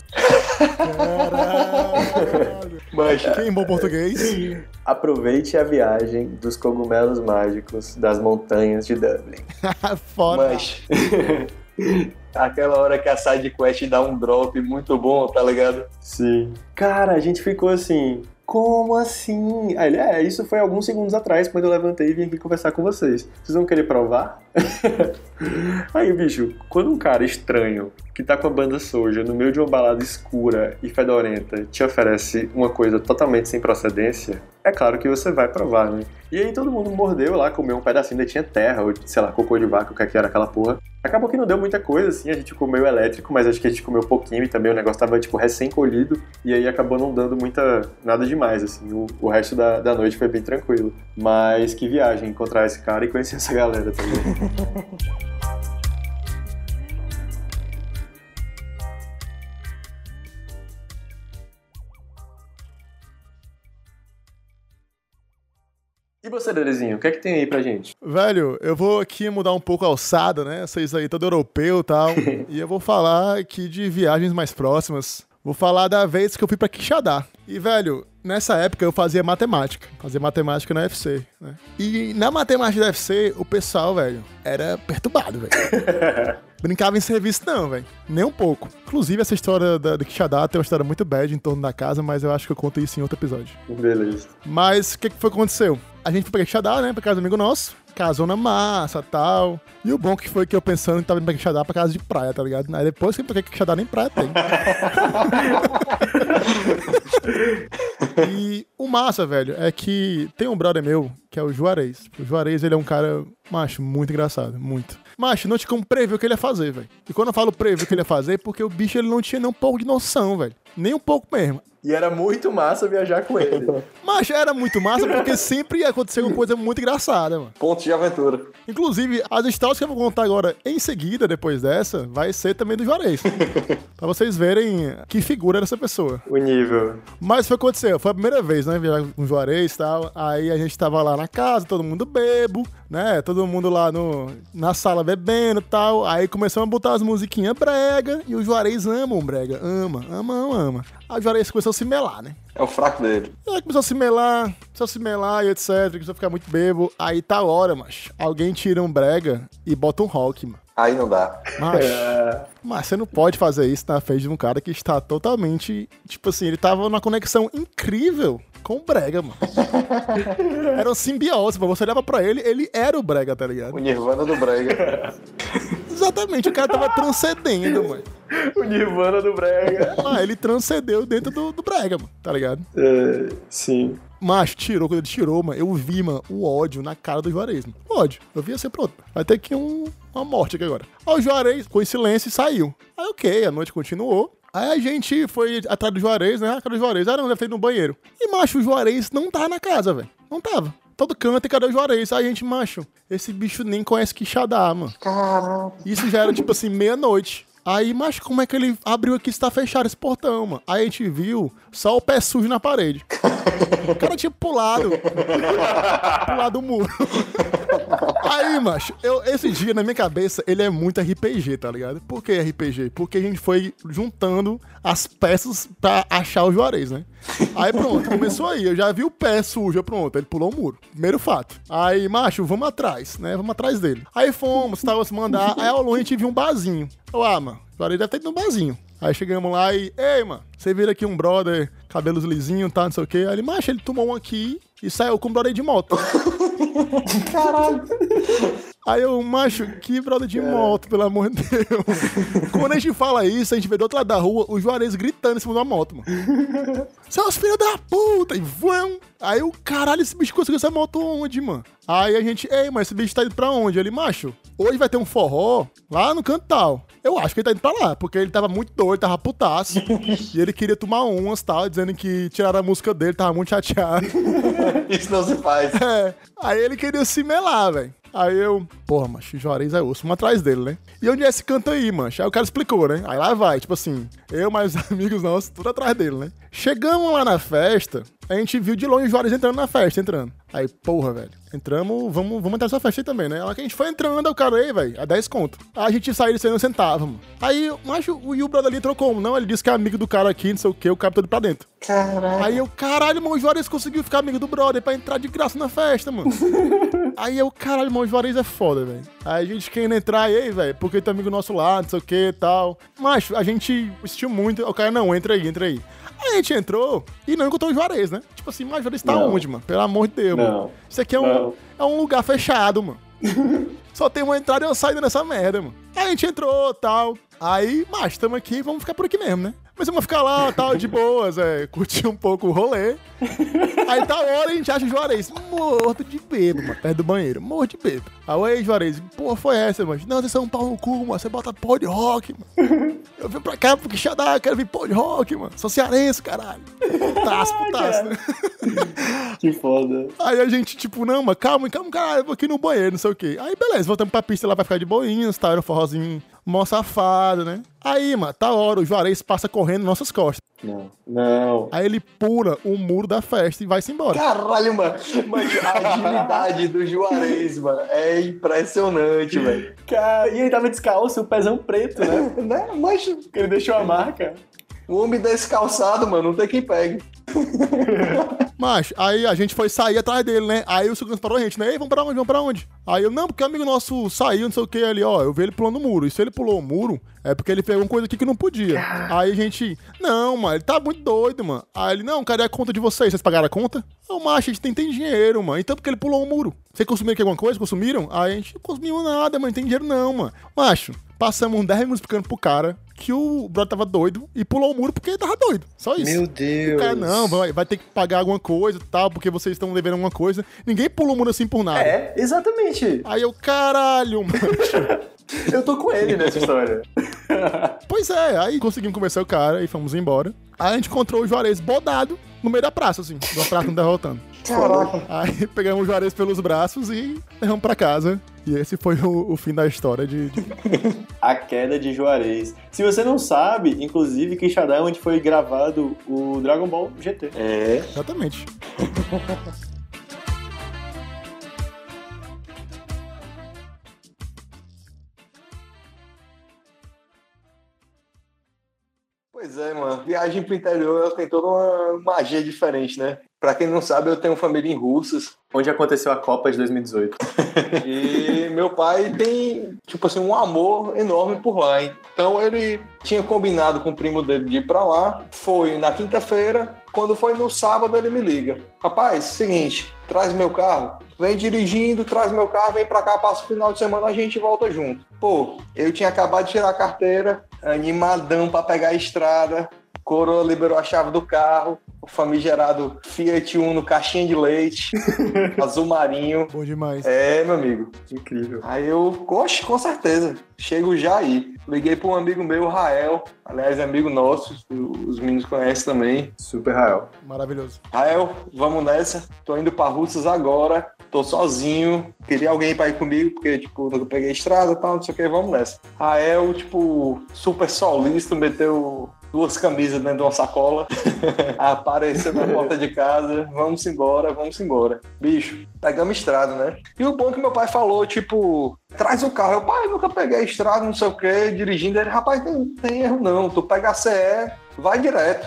Caralho! Mas em bom português? Aproveite a viagem dos cogumelos mágicos das montanhas de Dublin. Foda! Mas aquela hora que a sidequest dá um drop muito bom, tá ligado? Sim. Cara, a gente ficou assim, como assim? Aí ele, isso foi alguns segundos atrás, quando eu levantei e vim aqui conversar com vocês. Vocês vão querer provar? Aí, bicho, quando um cara estranho, que tá com a banda Soulja, no meio de uma balada escura e fedorenta, te oferece uma coisa totalmente sem procedência, é claro que você vai provar, né? E aí todo mundo mordeu lá, comeu um pedacinho, ainda tinha terra, ou sei lá, cocô de vaca, o que era aquela porra. Acabou que não deu muita coisa, assim, a gente comeu elétrico, mas acho que a gente comeu pouquinho e também o negócio tava, tipo, recém-colhido, e aí acabou não dando nada demais, assim, o resto da noite foi bem tranquilo. Mas que viagem encontrar esse cara e conhecer essa galera também. E você, Delezinho, o que é que tem aí pra gente? Velho, eu vou aqui mudar um pouco a alçada, né? Vocês aí, todo europeu e tal. E eu vou falar aqui de viagens mais próximas. Vou falar da vez que eu fui pra Quixadá. E, velho, nessa época eu fazia matemática. Fazia matemática na UFC, né? E na matemática da UFC, o pessoal, velho, era perturbado, velho. Brincava em serviço não, velho. Nem um pouco. Inclusive, essa história da Quixadá tem uma história muito bad em torno da casa, mas eu acho que eu conto isso em outro episódio. Beleza. Mas o que foi que aconteceu? A gente foi pra Quixadá, né? Pra casa do amigo nosso. Casona massa, tal. E o bom que foi que eu pensando que tava indo pra Quixadá pra casa de praia, tá ligado? Aí depois que eu toquei Quixadá, nem praia tem. E o massa, velho, é que tem um brother meu, que que é o Juarez. O Juarez, ele é um cara, macho, muito engraçado, muito. Macho, não tinha como prever o que ele ia fazer, velho. E quando eu falo prever o que ele ia fazer, é porque o bicho, ele não tinha nem um pouco de noção, velho. Nem um pouco mesmo. E era muito massa viajar com ele. Mas era muito massa porque sempre ia acontecer uma coisa muito engraçada, mano. Pontos de aventura. Inclusive, as histórias que eu vou contar agora em seguida, depois dessa, vai ser também do Juarez. Pra vocês verem que figura era essa pessoa. O nível. Mas foi o que aconteceu. Foi a primeira vez, né? Viajar com o Juarez e tal. Aí a gente tava lá na casa, todo mundo bebo, né? Todo mundo lá na sala bebendo e tal. Aí começamos a botar as musiquinhas brega. E o Juarez ama um brega. Ama. Aí o Juarez começou a se melar, né? É o fraco dele. Aí começou a se melar e etc. Começou a ficar muito bebo. Aí tá a hora, macho. Alguém tira um brega e bota um rock, mano. Aí não dá. Mas você não pode fazer isso na frente de um cara que está totalmente... Tipo assim, ele tava numa conexão incrível com o brega, mano. Era uma simbiose, mano. Você olhava pra ele, ele era o brega, tá ligado? O Nirvana do brega. Exatamente, o cara tava transcendendo, mano. O Nirvana do brega. Ah, ele transcendeu dentro do brega, mano, tá ligado? Sim. Mas quando ele tirou, mano, eu vi, mano, o ódio na cara do Juarez, mano. O ódio. Eu vi assim, pronto. Vai ter aqui uma morte aqui agora. Aí o Juarez, com silêncio, saiu. Aí, ok, a noite continuou. Aí a gente foi atrás do Juarez, né? A cara do Juarez, não, deve ter ido no banheiro. E, macho, o Juarez não tava na casa, velho. Não tava. Todo canto, e cadê o Juarez? Aí a gente, macho, esse bicho nem conhece Quixadá, mano. Caramba. Isso já era, tipo assim, meia-noite. Aí, macho, como é que ele abriu aqui se tá fechado esse portão, mano? Aí a gente viu só o pé sujo na parede. O cara tinha pulado o muro. Aí, macho, esse dia, na minha cabeça, ele é muito RPG, tá ligado? Por que RPG? Porque a gente foi juntando as peças pra achar o Juarez, né? Aí, pronto, começou aí. Eu já vi o pé sujo, pronto, ele pulou o muro. Primeiro fato. Aí, macho, vamos atrás, né? Vamos atrás dele. Aí fomos, tava se mandar. Aí, ao longe, a gente viu um barzinho. Mano, o Juarez deve ter ido no barzinho. Aí chegamos lá e, ei, mano, você vira aqui um brother, cabelos lisinhos, tá, não sei o quê. Aí ele, macho, ele tomou um aqui e saiu com um brother de moto. Caralho. Aí eu, macho, que brother de moto, pelo amor de Deus. Quando a gente fala isso, a gente vê do outro lado da rua o Juarez gritando em cima de uma moto, mano. Seus filhos da puta! E vão! Aí o caralho, esse bicho conseguiu essa moto onde, mano? Aí a gente, ei, mas esse bicho tá indo pra onde? Ele, macho, hoje vai ter um forró lá no canto tal. Eu acho que ele tá indo pra lá, porque ele tava muito doido, tava putaço. E ele queria tomar umas, tal, dizendo que tiraram a música dele, tava muito chateado. Isso não se faz. Aí ele queria se melar, velho. Aí eu, porra, macho, o Juarez é osso, vamos atrás dele, né? E onde é esse canto aí, mancho? Aí o cara explicou, né? Aí lá vai, tipo assim, eu mais os amigos nossos, tudo atrás dele, né? Chegamos lá na festa, a gente viu de longe o Juarez entrando na festa, Aí, porra, velho, entramos, vamos entrar nessa festa aí também, né? Aí que a gente foi entrando, aí o cara aí, velho, a 10 conto. Aí a gente saiu e não sentava, mano. Aí, macho, o brother ali entrou como? Não, ele disse que é amigo do cara aqui, não sei o que, o cara todo pra dentro. Caralho. Aí eu, caralho, mano, o Juarez conseguiu ficar amigo do brother pra entrar de graça na festa, mano. Aí eu, caralho, mano, o Juarez é foda, velho. Aí a gente querendo entrar, e aí, velho, porque ele tem amigo nosso lá, não sei o que e tal. Mas a gente assistiu muito, o cara, não, entra aí. Aí a gente entrou e não encontrou o Juarez, né? Tipo assim, mas o Juarez tá onde, mano? Pelo amor de Deus, mano. Isso aqui é um lugar fechado, mano. Só tem uma entrada e uma saída nessa merda, mano. Aí a gente entrou, tal. Aí, mas estamos aqui, vamos ficar por aqui mesmo, né? Mas vamos ficar lá, tal, de boas, curtir um pouco o rolê. Aí tá a hora a gente acha o Juarez morto de bêbado, mano, perto do banheiro, morto de bêbado. Aí, Juarez, porra, foi essa, mano? Não, vocês são um pau no cu, mano, você bota pó de rock, mano. Eu vim pra cá porque Quixadá, quero vir pó de rock, mano. Sou cearense, caralho. Putaço, né? Que foda. Aí a gente, tipo, não, mas calma, caralho, eu vou aqui no banheiro, não sei o quê. Aí, beleza, voltamos pra pista lá pra ficar de boinhas, tá? Era um forrozinho mó safado, né? Aí, mano, tá hora, o Juarez passa correndo nas nossas costas. Não. Aí ele pula o muro da festa e vai-se embora. Caralho, mano. Mas a agilidade do Juarez, mano, é impressionante, velho. Cara, e ele tava descalço, o pezão preto, né? Né? Mas Porque ele deixou a marca. o homem descalçado, mano, não tem quem pegue. Mas, aí a gente foi sair atrás dele, né? Aí o segurança parou a gente, né? Ei, vamos pra onde? Aí eu, não, porque o amigo nosso saiu, não sei o que ali, ó. Eu vi ele pulando o muro. E se ele pulou o muro, é porque ele pegou uma coisa aqui que não podia. Aí a gente, não, mano, ele tá muito doido, mano. Aí ele, não, cadê a conta de vocês? Vocês pagaram a conta? Ô, macho, a gente tem dinheiro, mano. Então porque ele pulou o muro. Você consumiu aqui alguma coisa? Consumiram? Aí a gente não consumiu nada, mano, não tem dinheiro não, mano. Macho, passamos uns 10 minutos explicando pro cara que o brother tava doido e pulou o muro porque ele tava doido. Só isso. Meu Deus. O cara, não, vai ter que pagar alguma coisa e tal, porque vocês estão devendo alguma coisa. Ninguém pula o muro assim por nada. É, exatamente. Aí eu, caralho, mano. Eu tô com ele nessa história. Pois é, aí conseguimos convencer o cara e fomos embora. Aí a gente encontrou o Juarez bodado no meio da praça, assim, da praça não derrotando. Caraca. Aí pegamos o Juarez pelos braços e levamos pra casa. E esse foi o fim da história de... A queda de Juarez. Se você não sabe, inclusive, Quixadá é onde foi gravado o Dragon Ball GT. É. Exatamente. Pois é, mano. Viagem pro interior ela tem toda uma magia diferente, né? Pra quem não sabe, eu tenho família em Russas. Onde aconteceu a Copa de 2018. E meu pai tem, tipo assim, um amor enorme por lá. Então ele tinha combinado com o primo dele de ir pra lá. Foi na quinta-feira. Quando foi no sábado, ele me liga. Rapaz, seguinte, traz meu carro. Vem dirigindo, traz meu carro, vem pra cá, passa o final de semana, a gente volta junto. Pô, eu tinha acabado de tirar a carteira, animadão pra pegar a estrada. Coroa liberou a chave do carro, o famigerado Fiat Uno, caixinha de leite, azul marinho. Bom demais. É, meu amigo. Incrível. Aí eu, oxe, com certeza, chego já aí. Liguei para um amigo meu, Rael, aliás, é amigo nosso, os meninos conhecem também. Super Rael. Maravilhoso. Rael, vamos nessa, tô indo para Russas agora, tô sozinho, queria alguém para ir comigo, porque, tipo, nunca peguei estrada e tal, não sei o que, vamos nessa. Rael, tipo, super solista, meteu 2 camisas dentro de uma sacola, apareceu na porta de casa, vamos embora. Bicho, pegamos estrada, né? E o bom é que meu pai falou, tipo, traz o carro. Eu, pai, nunca peguei estrada, não sei o que, dirigindo. Ele, rapaz, tem erro não, tu pega a CE, vai direto.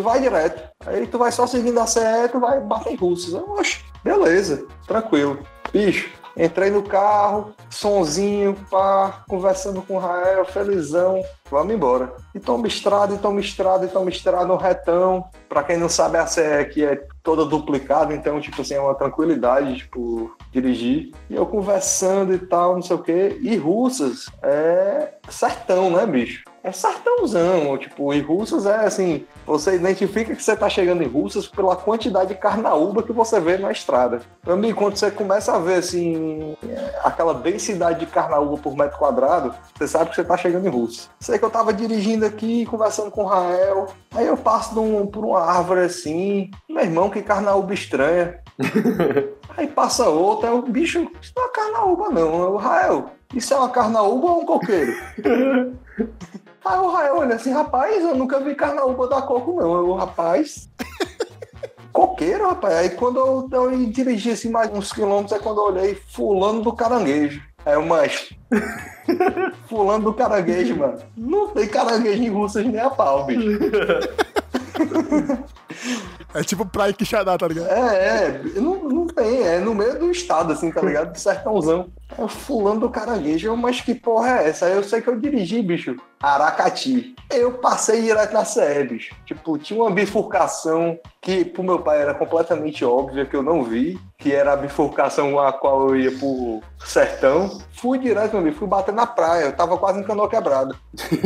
Aí tu vai só seguindo a CE, tu vai bater em Russas. Eu, oxe, beleza, tranquilo. Bicho, entrei no carro, sonzinho, pá, conversando com o Rael, felizão, vamos embora. E toma estrada, no retão. Pra quem não sabe, a CE aqui é toda duplicada, então, tipo assim, é uma tranquilidade, tipo, dirigir. E eu conversando e tal, não sei o quê. E Russas é sertão, né, bicho? É sertãozão, tipo, e Russas é assim, você identifica que você tá chegando em Russas pela quantidade de carnaúba que você vê na estrada. Meu amigo, quando você começa a ver, assim, aquela densidade de carnaúba por metro quadrado, você sabe que você tá chegando em Russas. Sei que eu tava dirigindo aqui, conversando com o Rael, aí eu passo por uma árvore assim, meu irmão, que carnaúba estranha. Aí passa outra, o bicho, isso não é carnaúba não, o Rael, isso é uma carnaúba ou um coqueiro? Aí o Rael olha assim, rapaz, eu nunca vi carnaúba da coco não, eu, rapaz, coqueiro, rapaz. Aí quando eu dirigi assim mais uns quilômetros, é quando eu olhei fulano do caranguejo. Aí eu, mas fulano do caranguejo, mano, não tem caranguejo em Russas nem a pau, bicho. É tipo praia Quixadá, tá ligado? Não tem, é no meio do estado, assim, tá ligado? Do sertãozão. É fulano do caranguejo, mas que porra é essa? Aí eu sei que eu dirigi, bicho, Aracati. Eu passei direto na CE, bicho. Tipo, tinha uma bifurcação que pro meu pai era completamente óbvia, que eu não vi, que era a bifurcação a qual eu ia pro sertão. Fui direto, meu amigo, fui bater na praia. Eu tava quase em canoa quebrada.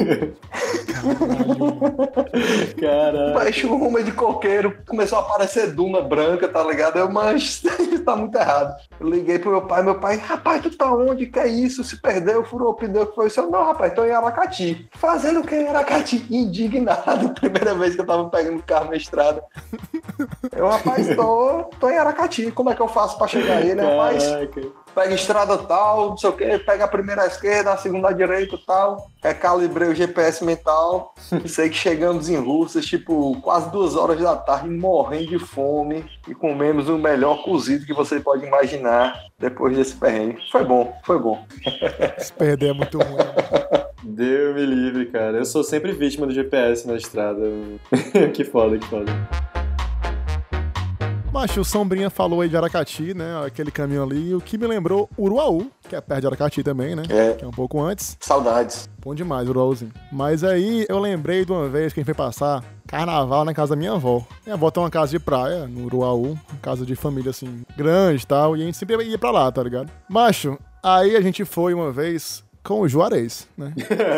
Caralho. Baixo o rumo de coqueiro, começou a aparecer duna branca, tá ligado? Eu, mas tá muito errado. Eu liguei pro meu pai, rapaz, tu tá onde? Que é isso? Se perdeu, furou o pneu, que foi isso? Eu, não, rapaz, tô em Aracati. Fazendo o que em Aracati? Indignado, primeira vez que eu tava pegando o carro na estrada. Eu, rapaz, tô em Aracati, como é que eu faço pra chegar aí, né, rapaz? Pega estrada tal, não sei o que, pega a primeira à esquerda, a segunda à direita e tal. Recalibrei o GPS mental. Sei que chegamos em Russas, tipo, quase 2 horas da tarde, morrendo de fome e comemos o melhor cozido que você pode imaginar depois desse perrengue. Foi bom. Se perder é muito ruim. Deus me livre, cara. Eu sou sempre vítima do GPS na estrada. Que foda. Macho, o Sombrinha falou aí de Aracati, né? Aquele caminho ali, o que me lembrou Uruaú, que é perto de Aracati também, né? Que é um pouco antes. Saudades. Bom demais, Uruauzinho. Mas aí eu lembrei de uma vez que a gente foi passar carnaval na casa da minha avó. Minha avó tem uma casa de praia no Uruaú, uma casa de família assim, grande e tal, e a gente sempre ia pra lá, tá ligado? Macho, aí a gente foi uma vez com o Juarez, né?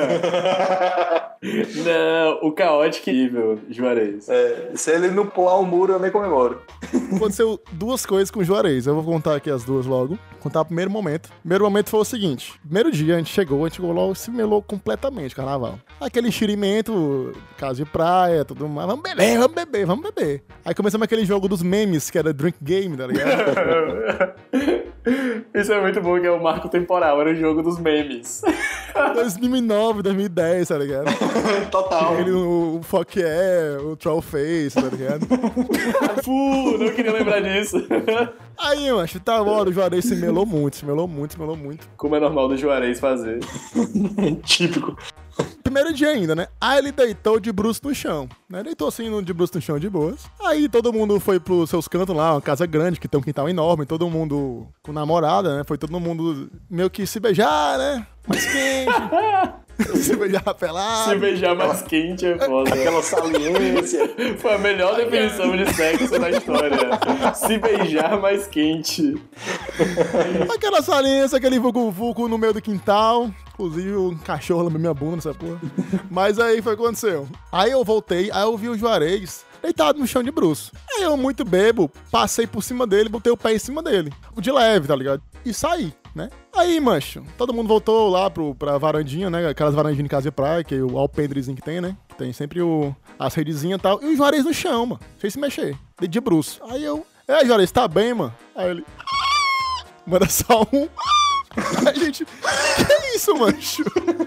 Não, o caótico nível, Juarez. Se ele não pular o muro, eu nem comemoro. Aconteceu duas coisas com o Juarez. Eu vou contar aqui as duas logo. Contar o primeiro momento. O primeiro momento foi o seguinte. Primeiro dia a gente chegou logo, se melou completamente carnaval. Aquele enxerimento, casa de praia, tudo mais. Vamos beber, vamos beber, vamos beber. Aí começamos aquele jogo dos memes, que era Drink Game, tá ligado? Isso é muito bom, que é o marco temporal, era o jogo dos memes. 2009, 2010, tá ligado? Total. O Fuck Yeah, o Trollface, tá ligado? Não queria lembrar disso. Aí, macho, tá bom, o Juarez se melou muito. Como é normal do Juarez fazer. Típico. Primeiro dia ainda, né? Aí ele deitou de bruço no chão, né? Deitou assim de bruço no chão de boas. Aí todo mundo foi pros seus cantos lá, uma casa grande, que tem um quintal enorme, todo mundo com namorada, né? Foi todo mundo meio que se beijar, né? Mais quente. Se beijar pelado. Se beijar mais quente é foda. Aquela saliência. Foi a melhor definição de sexo da história. Se beijar mais quente. Aquela saliência, aquele vulco no meio do quintal. Inclusive, um cachorro lambeu minha bunda nessa porra. Mas aí foi o que aconteceu. Aí eu voltei, aí eu vi o Juarez deitado no chão de bruço. Aí eu, muito bebo, passei por cima dele, botei o pé em cima dele. De leve, tá ligado? E saí, né? Aí, mancho, todo mundo voltou lá pra varandinha, né? Aquelas varandinhas de casa de praia, que é o alpendrezinho que tem, né? Tem sempre as redezinhas e tal. E o Juarez no chão, mano. Sem se mexer. De bruço. Aí eu... Juarez, tá bem, mano? Aí ele... Manda só um... Aí, gente... Que é isso, mancho?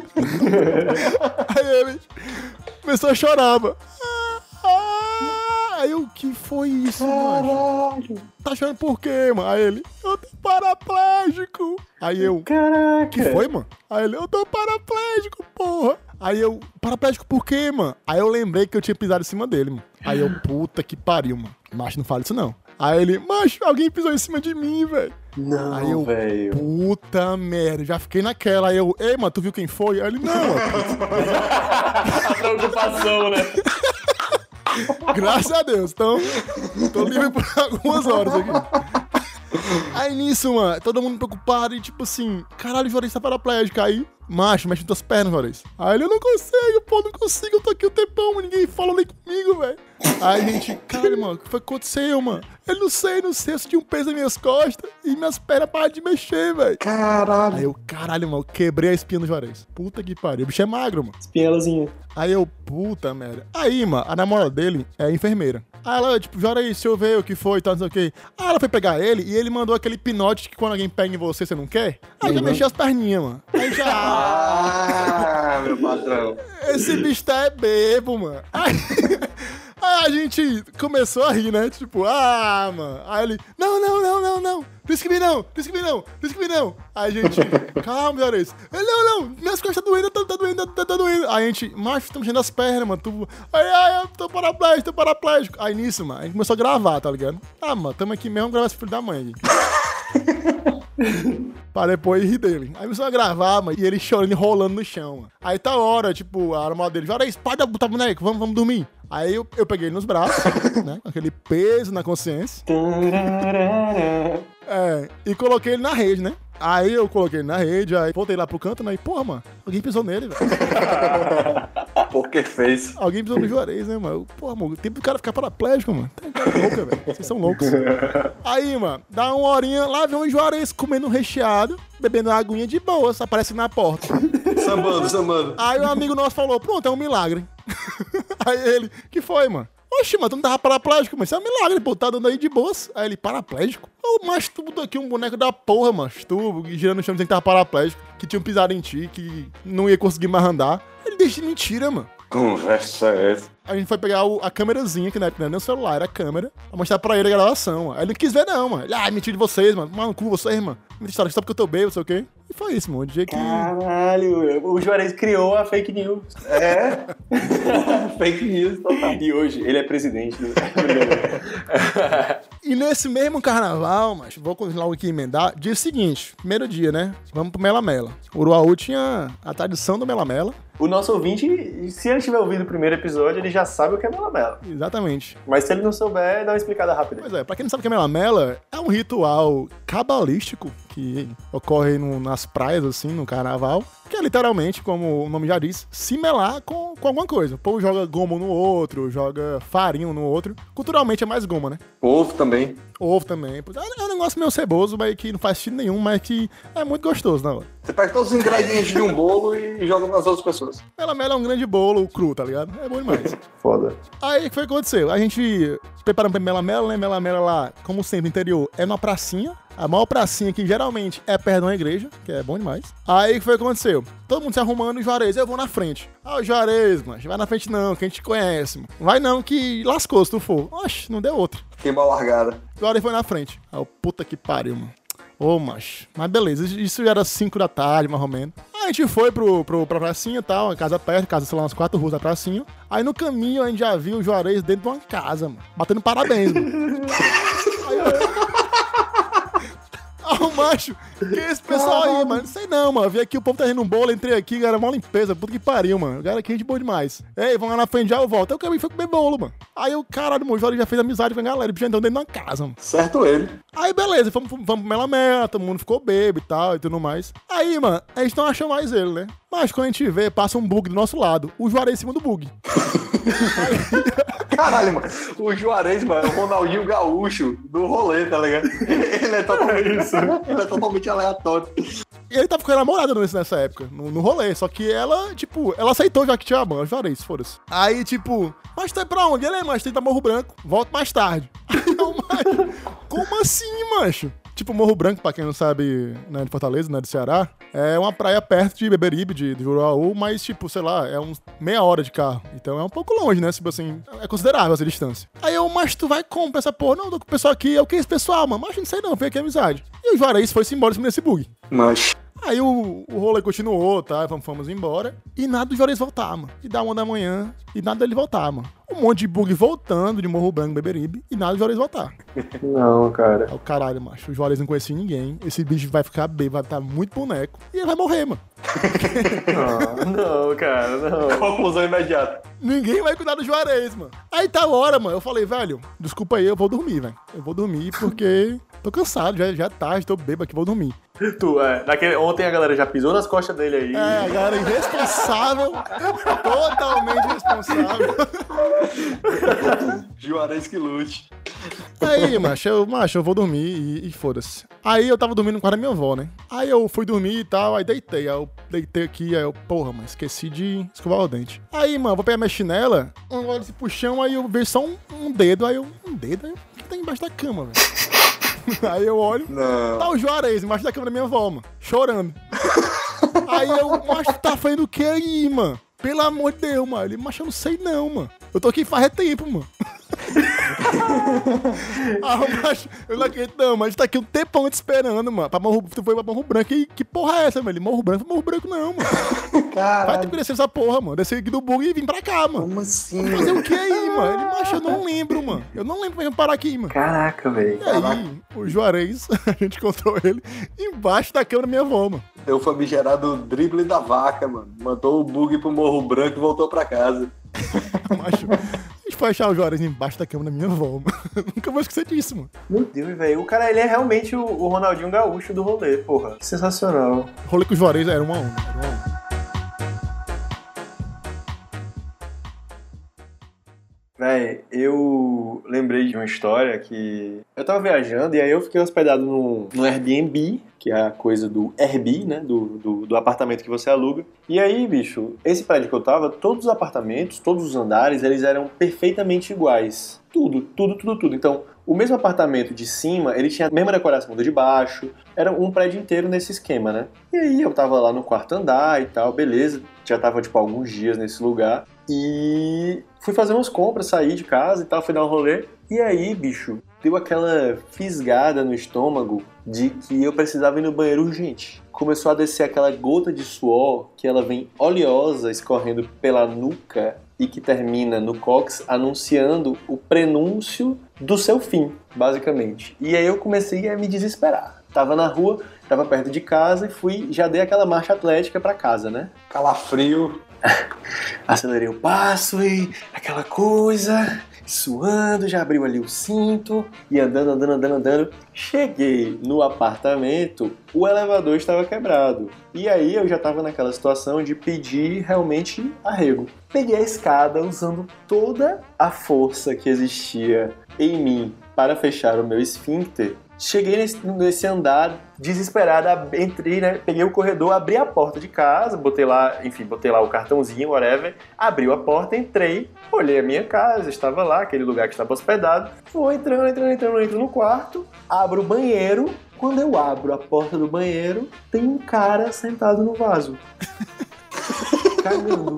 Aí ele... Começou a chorar, mano. Aí o que foi isso, mano? Tá chorando por quê, mano? Aí ele, eu tô paraplégico. Aí eu, caraca. Que foi, mano? Aí ele, eu tô paraplégico, porra. Aí eu, paraplégico por quê, mano? Aí eu lembrei que eu tinha pisado em cima dele, mano. Aí eu, puta que pariu, mano. Macho, não fala isso não. Aí ele, macho, alguém pisou em cima de mim, velho. Não, aí eu, velho. Puta merda, já fiquei naquela. Aí eu, ei, mano, tu viu quem foi? Aí ele, não, mano. A preocupação, né? Graças a Deus, então tô livre por algumas horas aqui. Aí nisso, mano, todo mundo preocupado e tipo assim, caralho, o Juarez tá paraplégico. Aí, macho, mexe nas tuas pernas, Juarez. Aí ele, eu não consigo, eu tô aqui o tempão, ninguém fala nem comigo, velho. Aí a gente, caralho, mano, o que foi que aconteceu, mano? Ele, não sei, eu senti um peso nas minhas costas e minhas pernas pararam de mexer, velho. Caralho. Aí eu, caralho, mano, eu quebrei a espinha do Juarez. Puta que pariu, o bicho é magro, mano. Espinhelazinha. Aí eu, puta merda. Aí, mano, a namorada dele é enfermeira. Aí ela, tipo, Juarez, deixa eu ver o que foi e tal, não sei o que. Aí ela foi pegar ele e ele mandou aquele pinote que quando alguém pega em você, você não quer. Aí já mexeu as perninhas, mano. Aí já... Ah, meu patrão. Esse bicho tá bebo, mano. Aí a gente começou a rir, né? Tipo, mano. Aí ele, não. Prescrevi não. Aí a gente, calma, Juarez. Ele, não, minhas costas tá doendo, tá doendo. Aí a gente, macho, tá mexendo as pernas, mano. Aí, eu tô paraplégico. Aí nisso, mano, a gente começou a gravar, tá ligado? Mano, tamo aqui mesmo, gravar esse filho da mãe aqui. Pra depois rir dele. Aí começou a gravar, mano, e ele chorando e rolando no chão, mano. Aí tá hora, tipo, a arma dele, Juarez, para de botar boneco, vamos dormir. Aí eu peguei ele nos braços, né, com aquele peso na consciência. E coloquei ele na rede, né? Aí eu coloquei ele na rede, aí voltei lá pro canto, né? E, porra, mano, alguém pisou nele, velho. Por que fez? Alguém pisou no Juarez, né, mano? Porra, mano, o tempo do cara ficar paraplégico, mano. Tá louca, velho. Vocês são loucos. Aí, mano, dá uma horinha, lá vem o Juarez comendo um recheado, bebendo uma aguinha de boa, só aparece na porta. Sambando. Aí um amigo nosso falou, pronto, é um milagre. Aí ele, que foi, mano? Oxi, mano, tu não tava paraplégico, mas isso é um milagre, pô, tá dando aí de boas. Aí ele, paraplégico? Mas tu botou aqui um boneco da porra, mano, tu girando no chão dizendo que tava paraplégico, que tinham pisado em ti, que não ia conseguir mais andar. Ele deixa de mentira, mano. Conversa é essa? A gente foi pegar a câmerazinha, que não era nem o celular, era a câmera, pra mostrar pra ele a gravação. Aí ele não quis ver, não, mano. Ele, mentira de vocês, mano. Mano, cu vocês, mano. Me história só porque eu tô bêbado, não sei o quê. E foi isso, mano. De jeito que... Caralho, o Juarez criou a fake news. Fake news total. E hoje ele é presidente do... E nesse mesmo carnaval, mas vou logo aqui emendar, dia seguinte, primeiro dia, né? Vamos pro Mela Mela. Uruaú tinha a tradição do Mela Mela. O nosso ouvinte, se ele tiver ouvido o primeiro episódio, ele já sabe o que é Mela Mela. Exatamente. Mas se ele não souber, dá uma explicada rápida. Pois é, pra quem não sabe o que é Mela Mela, é um ritual cabalístico que ocorre nas praias, assim, no carnaval, que é literalmente, como o nome já diz, se melar com alguma coisa. O povo joga goma no outro, joga farinha no outro. Culturalmente é mais goma, né? Ovo também. Ovo também. É um negócio meio ceboso, mas que não faz sentido nenhum, mas que é muito gostoso, na hora. Você pega todos os ingredientes de um bolo e joga nas outras pessoas. Mela Mela é um grande bolo cru, tá ligado? É bom demais. Foda. Aí, o que foi que aconteceu? A gente preparando pra Mela Mela, né? Mela Mela lá, como sempre, no interior, é numa pracinha. A maior pracinha que geralmente é perto de uma igreja, que é bom demais. Aí, o que foi que aconteceu? Todo mundo se arrumando e o Juarez, eu vou na frente. O Juarez, mano, vai na frente não, que a gente conhece, mano. Vai não, que lascou se tu for. Oxe, não deu outra. Queimou a largada. O Juarez foi na frente. Aí, puta que pariu, mano. Macho. Mas beleza, isso já era 5 da tarde, mais ou menos. Aí a gente foi pra pracinha e tal, uma casa perto, casa, sei lá, umas 4 ruas da pracinha. Aí no caminho a gente já viu o Juarez dentro de uma casa, mano. Batendo parabéns, mano. Aí macho, que esse pessoal aí, mano? Não sei não, mano. Vi aqui o povo tá rindo um bolo, entrei aqui, cara, mó limpeza, puta que pariu, mano. O cara aqui é gente boa demais. Ei, vamos lá na frente já, eu volto. Aí o cara foi comer bolo, mano. Aí o caralho, o Juarez já fez amizade com a galera, ele já entrou dentro de uma casa, mano. Certo ele. Aí beleza, vamos pro Mela Mela, todo mundo ficou bêbado e tal e tudo mais. Aí, mano, a gente não achou mais ele, né? Mas quando a gente vê, passa um bug do nosso lado. O Juarez em cima do bug. Caralho, mano. O Juarez, mano, é o Ronaldinho Gaúcho do rolê, tá ligado? Ele é totalmente aleatório. E ele tava com a namorada nessa época, no rolê. Só que ela, tipo, ela aceitou já que tinha a banda. Juarez, foda-se. Aí, tipo, mas tu é pra onde? Ele é, mas tem pra Morro Branco. Volto mais tarde. Aí eu, macho, como assim, macho? Tipo, Morro Branco, pra quem não sabe, né, de Fortaleza, né, do Ceará, é uma praia perto de Beberibe, de Uruaú, mas, tipo, sei lá, é uns meia hora de carro. Então é um pouco longe, né, tipo assim, é considerável essa distância. Aí eu, mas tu vai como pra essa porra? Não, tô com o pessoal aqui. O que é esse pessoal, mano? Mas não sei não, foi aqui a amizade. E o Juarez foi-se embora nesse bug. Mas... Aí o rolê continuou, tá? Fomos embora. E nada do Juarez voltar, mano. E dá 1 da manhã, e nada dele voltar, mano. Um monte de bug voltando de Morro Branco, Beberibe, e nada do Juarez voltar. Não, cara. Aí o caralho, macho. O Juarez não conhecia ninguém. Esse bicho vai ficar bem, vai estar muito boneco. E ele vai morrer, mano. Não, cara, não. Conclusão imediata. Ninguém vai cuidar do Juarez, mano. Aí tá a hora, mano. Eu falei, velho, desculpa aí, eu vou dormir, velho. Eu vou dormir porque tô cansado, já é tarde, tô bêbado aqui, vou dormir. Ontem a galera já pisou nas costas dele aí. É, a galera irresponsável, totalmente irresponsável. Juarez que lute. Aí, macho, eu vou dormir e foda-se. Aí eu tava dormindo no quarto da minha avó, né? Aí eu fui dormir e tal, aí deitei. Aí eu deitei aqui, aí eu, porra, mano, esqueci de escovar o dente. Aí, mano, vou pegar minha chinela, olho esse puxão, aí eu vejo só um dedo, aí eu, um dedo? Aí eu, o que tá embaixo da cama, velho? Aí eu olho, não. Tá o Juarez embaixo da cama da minha avó, mano, chorando. Aí eu, macho, tu tá fazendo o que aí, mano? Pelo amor de Deus, mano. Ele, macho, eu não sei não, mano. Eu tô aqui faz tempo, mano. Macho, eu não acredito não, mas a gente tá aqui um tempão te esperando, mano. Tu foi pra Morro Branco e que porra é essa, velho? Morro Branco não, mano. Caralho. Vai ter que descer essa porra, mano. Descer aqui do bug e vir pra cá, mano. Como assim? Fazer o que aí, mano? Ele, macho, eu não lembro, mano. Eu não lembro pra gente parar aqui, mano. Caraca, velho. E aí, o Juarez, a gente encontrou ele embaixo da cama da minha avó, mano. Deu o famigerado drible da vaca, mano. Mandou o bug pro Morro Branco e voltou pra casa. Macho, a gente foi achar o Juarez embaixo da cama da minha avó, mano. Nunca vou esquecer disso, mano. Meu Deus, velho. O cara, ele é realmente o Ronaldinho Gaúcho do rolê, porra. Sensacional. O rolê com o Juarez era uma onda, Véi, eu lembrei de uma história que... Eu tava viajando e aí eu fiquei hospedado no Airbnb, que é a coisa do Airbnb, né, do apartamento que você aluga. E aí, bicho, esse prédio que eu tava, todos os apartamentos, todos os andares, eles eram perfeitamente iguais. Tudo. Então, o mesmo apartamento de cima, ele tinha a mesma decoração do de baixo, era um prédio inteiro nesse esquema, né? E aí eu tava lá no quarto andar e tal, beleza, já tava, tipo, alguns dias nesse lugar, e fui fazer umas compras, saí de casa e tal, fui dar um rolê, e aí, bicho, deu aquela fisgada no estômago de que eu precisava ir no banheiro urgente. Começou a descer aquela gota de suor, que ela vem oleosa, escorrendo pela nuca, e que termina no cóccix, anunciando o prenúncio do seu fim, basicamente. E aí eu comecei a me desesperar. Tava na rua, tava perto de casa e já dei aquela marcha atlética pra casa, né? Calafrio. Acelerei o passo e aquela coisa, suando, já abriu ali o cinto e andando. Cheguei no apartamento, o elevador estava quebrado. E aí eu já estava naquela situação de pedir realmente arrego. Peguei a escada usando toda a força que existia em mim para fechar o meu esfíncter. Cheguei nesse andar, desesperado, entrei, né? Peguei o corredor, abri a porta de casa, botei lá o cartãozinho, whatever, abriu a porta, entrei, olhei a minha casa, estava lá, aquele lugar que estava hospedado, vou entro no quarto, abro o banheiro, quando eu abro a porta do banheiro, tem um cara sentado no vaso, cagando.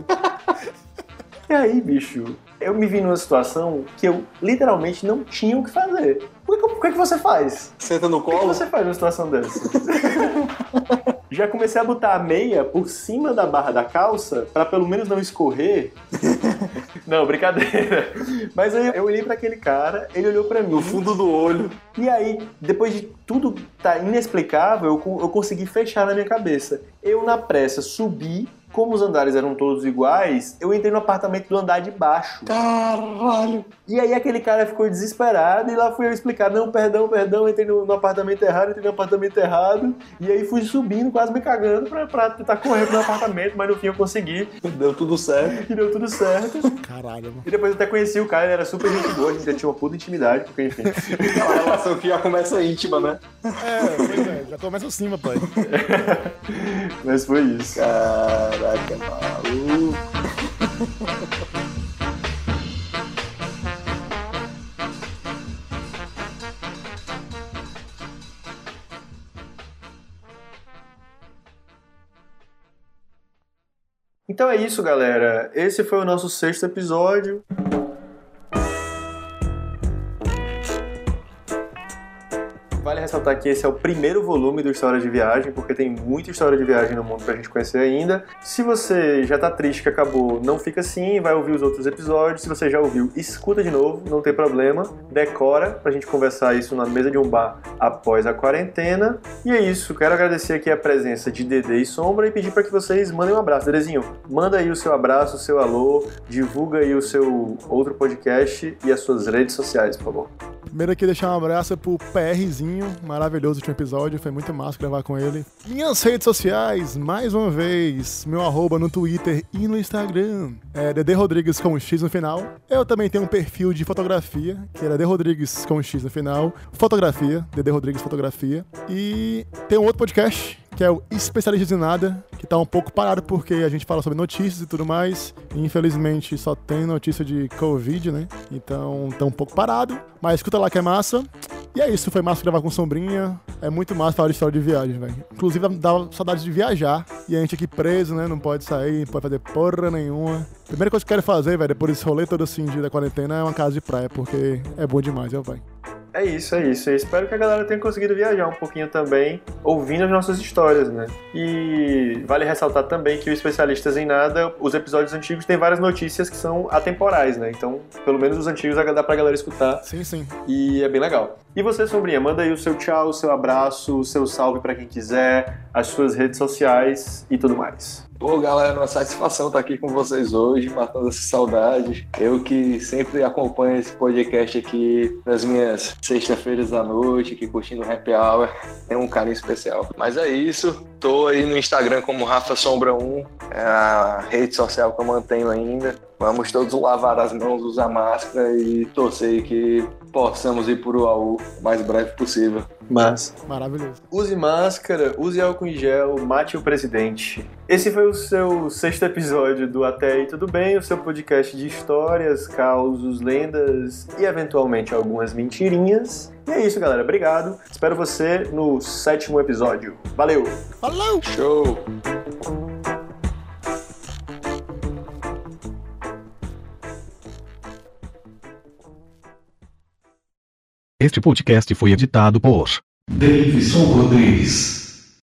E aí, bicho, eu me vi numa situação que eu literalmente não tinha o que fazer. O que você faz? Senta no colo? O que você faz numa situação dessa? Já comecei a botar a meia por cima da barra da calça pra pelo menos não escorrer. Não, brincadeira. Mas aí eu olhei pra aquele cara, ele olhou pra mim. No fundo do olho. E aí, depois de tudo tá inexplicável, eu consegui fechar na minha cabeça. Eu, na pressa, subi. Como os andares eram todos iguais, eu entrei no apartamento do andar de baixo. Caralho! E aí aquele cara ficou desesperado e lá fui eu explicar, não, perdão, entrei no apartamento errado. E aí fui subindo, quase me cagando pra tentar correr pro meu apartamento, mas no fim eu consegui. Deu tudo certo. E deu tudo certo. Caralho, mano. E depois eu até conheci o cara, ele era super gente boa, a gente já tinha uma puta intimidade, porque enfim. Aquela relação que já começa íntima, né? Pois é, já começa assim, meu pai. Mas foi isso. Caraca, maluco. Então é isso, galera. Esse foi o nosso 6º episódio. Vale ressaltar que esse é o primeiro volume do História de Viagem, porque tem muita história de viagem no mundo pra gente conhecer ainda. Se você já tá triste que acabou, não fica assim, vai ouvir os outros episódios. Se você já ouviu, escuta de novo, não tem problema. Decora pra gente conversar isso na mesa de um bar após a quarentena. E é isso, quero agradecer aqui a presença de Dedê e Sombra e pedir pra que vocês mandem um abraço. Dedezinho, manda aí o seu abraço, o seu alô, divulga aí o seu outro podcast e as suas redes sociais, por favor. Primeiro aqui deixar um abraço pro PRzinho, maravilhoso o último episódio, foi muito massa gravar com ele. Minhas redes sociais, mais uma vez, meu @ no Twitter e no Instagram é Dedê Rodrigues com X no final. Eu também tenho um perfil de fotografia, que é Dedê Rodrigues com X no final, fotografia, Dedê Rodrigues Fotografia. E tem um outro podcast, que é o Especialistas em Nada, que tá um pouco parado porque a gente fala sobre notícias e tudo mais. E, infelizmente, só tem notícia de Covid, né? Então, tá um pouco parado. Mas escuta lá que é massa. E é isso, foi massa gravar com Sombrinha. É muito massa falar de história de viagem, velho. Inclusive, dá saudade de viajar. E a gente aqui preso, né? Não pode sair, não pode fazer porra nenhuma. Primeira coisa que eu quero fazer, velho, depois desse rolê todo assim da quarentena, é uma casa de praia, porque é bom demais, vai. É isso. Eu espero que a galera tenha conseguido viajar um pouquinho também, ouvindo as nossas histórias, né? E vale ressaltar também que o Especialistas em Nada, os episódios antigos têm várias notícias que são atemporais, né? Então, pelo menos os antigos dá pra galera escutar. Sim. E é bem legal. E você, Sombrinha, manda aí o seu tchau, o seu abraço, o seu salve pra quem quiser, as suas redes sociais e tudo mais. Pô, galera, uma satisfação estar aqui com vocês hoje, matando essa saudade. Eu que sempre acompanho esse podcast aqui nas minhas sexta-feiras à noite, aqui curtindo o Happy Hour, tem um carinho especial. Mas é isso, tô aí no Instagram como Rafa Sombra 1, é a rede social que eu mantenho ainda. Vamos todos lavar as mãos, usar máscara e torcer que possamos ir para o AU o mais breve possível. Mas Maravilhoso. use máscara, use álcool em gel, mate o presidente. Esse foi o seu 6º episódio do Até Aí Tudo Bem, o seu podcast de histórias, causos, lendas e eventualmente algumas mentirinhas. E é isso, galera. Obrigado. Espero você no 7º episódio. Valeu! Falou! Show! Este podcast foi editado por Davidson Rodrigues.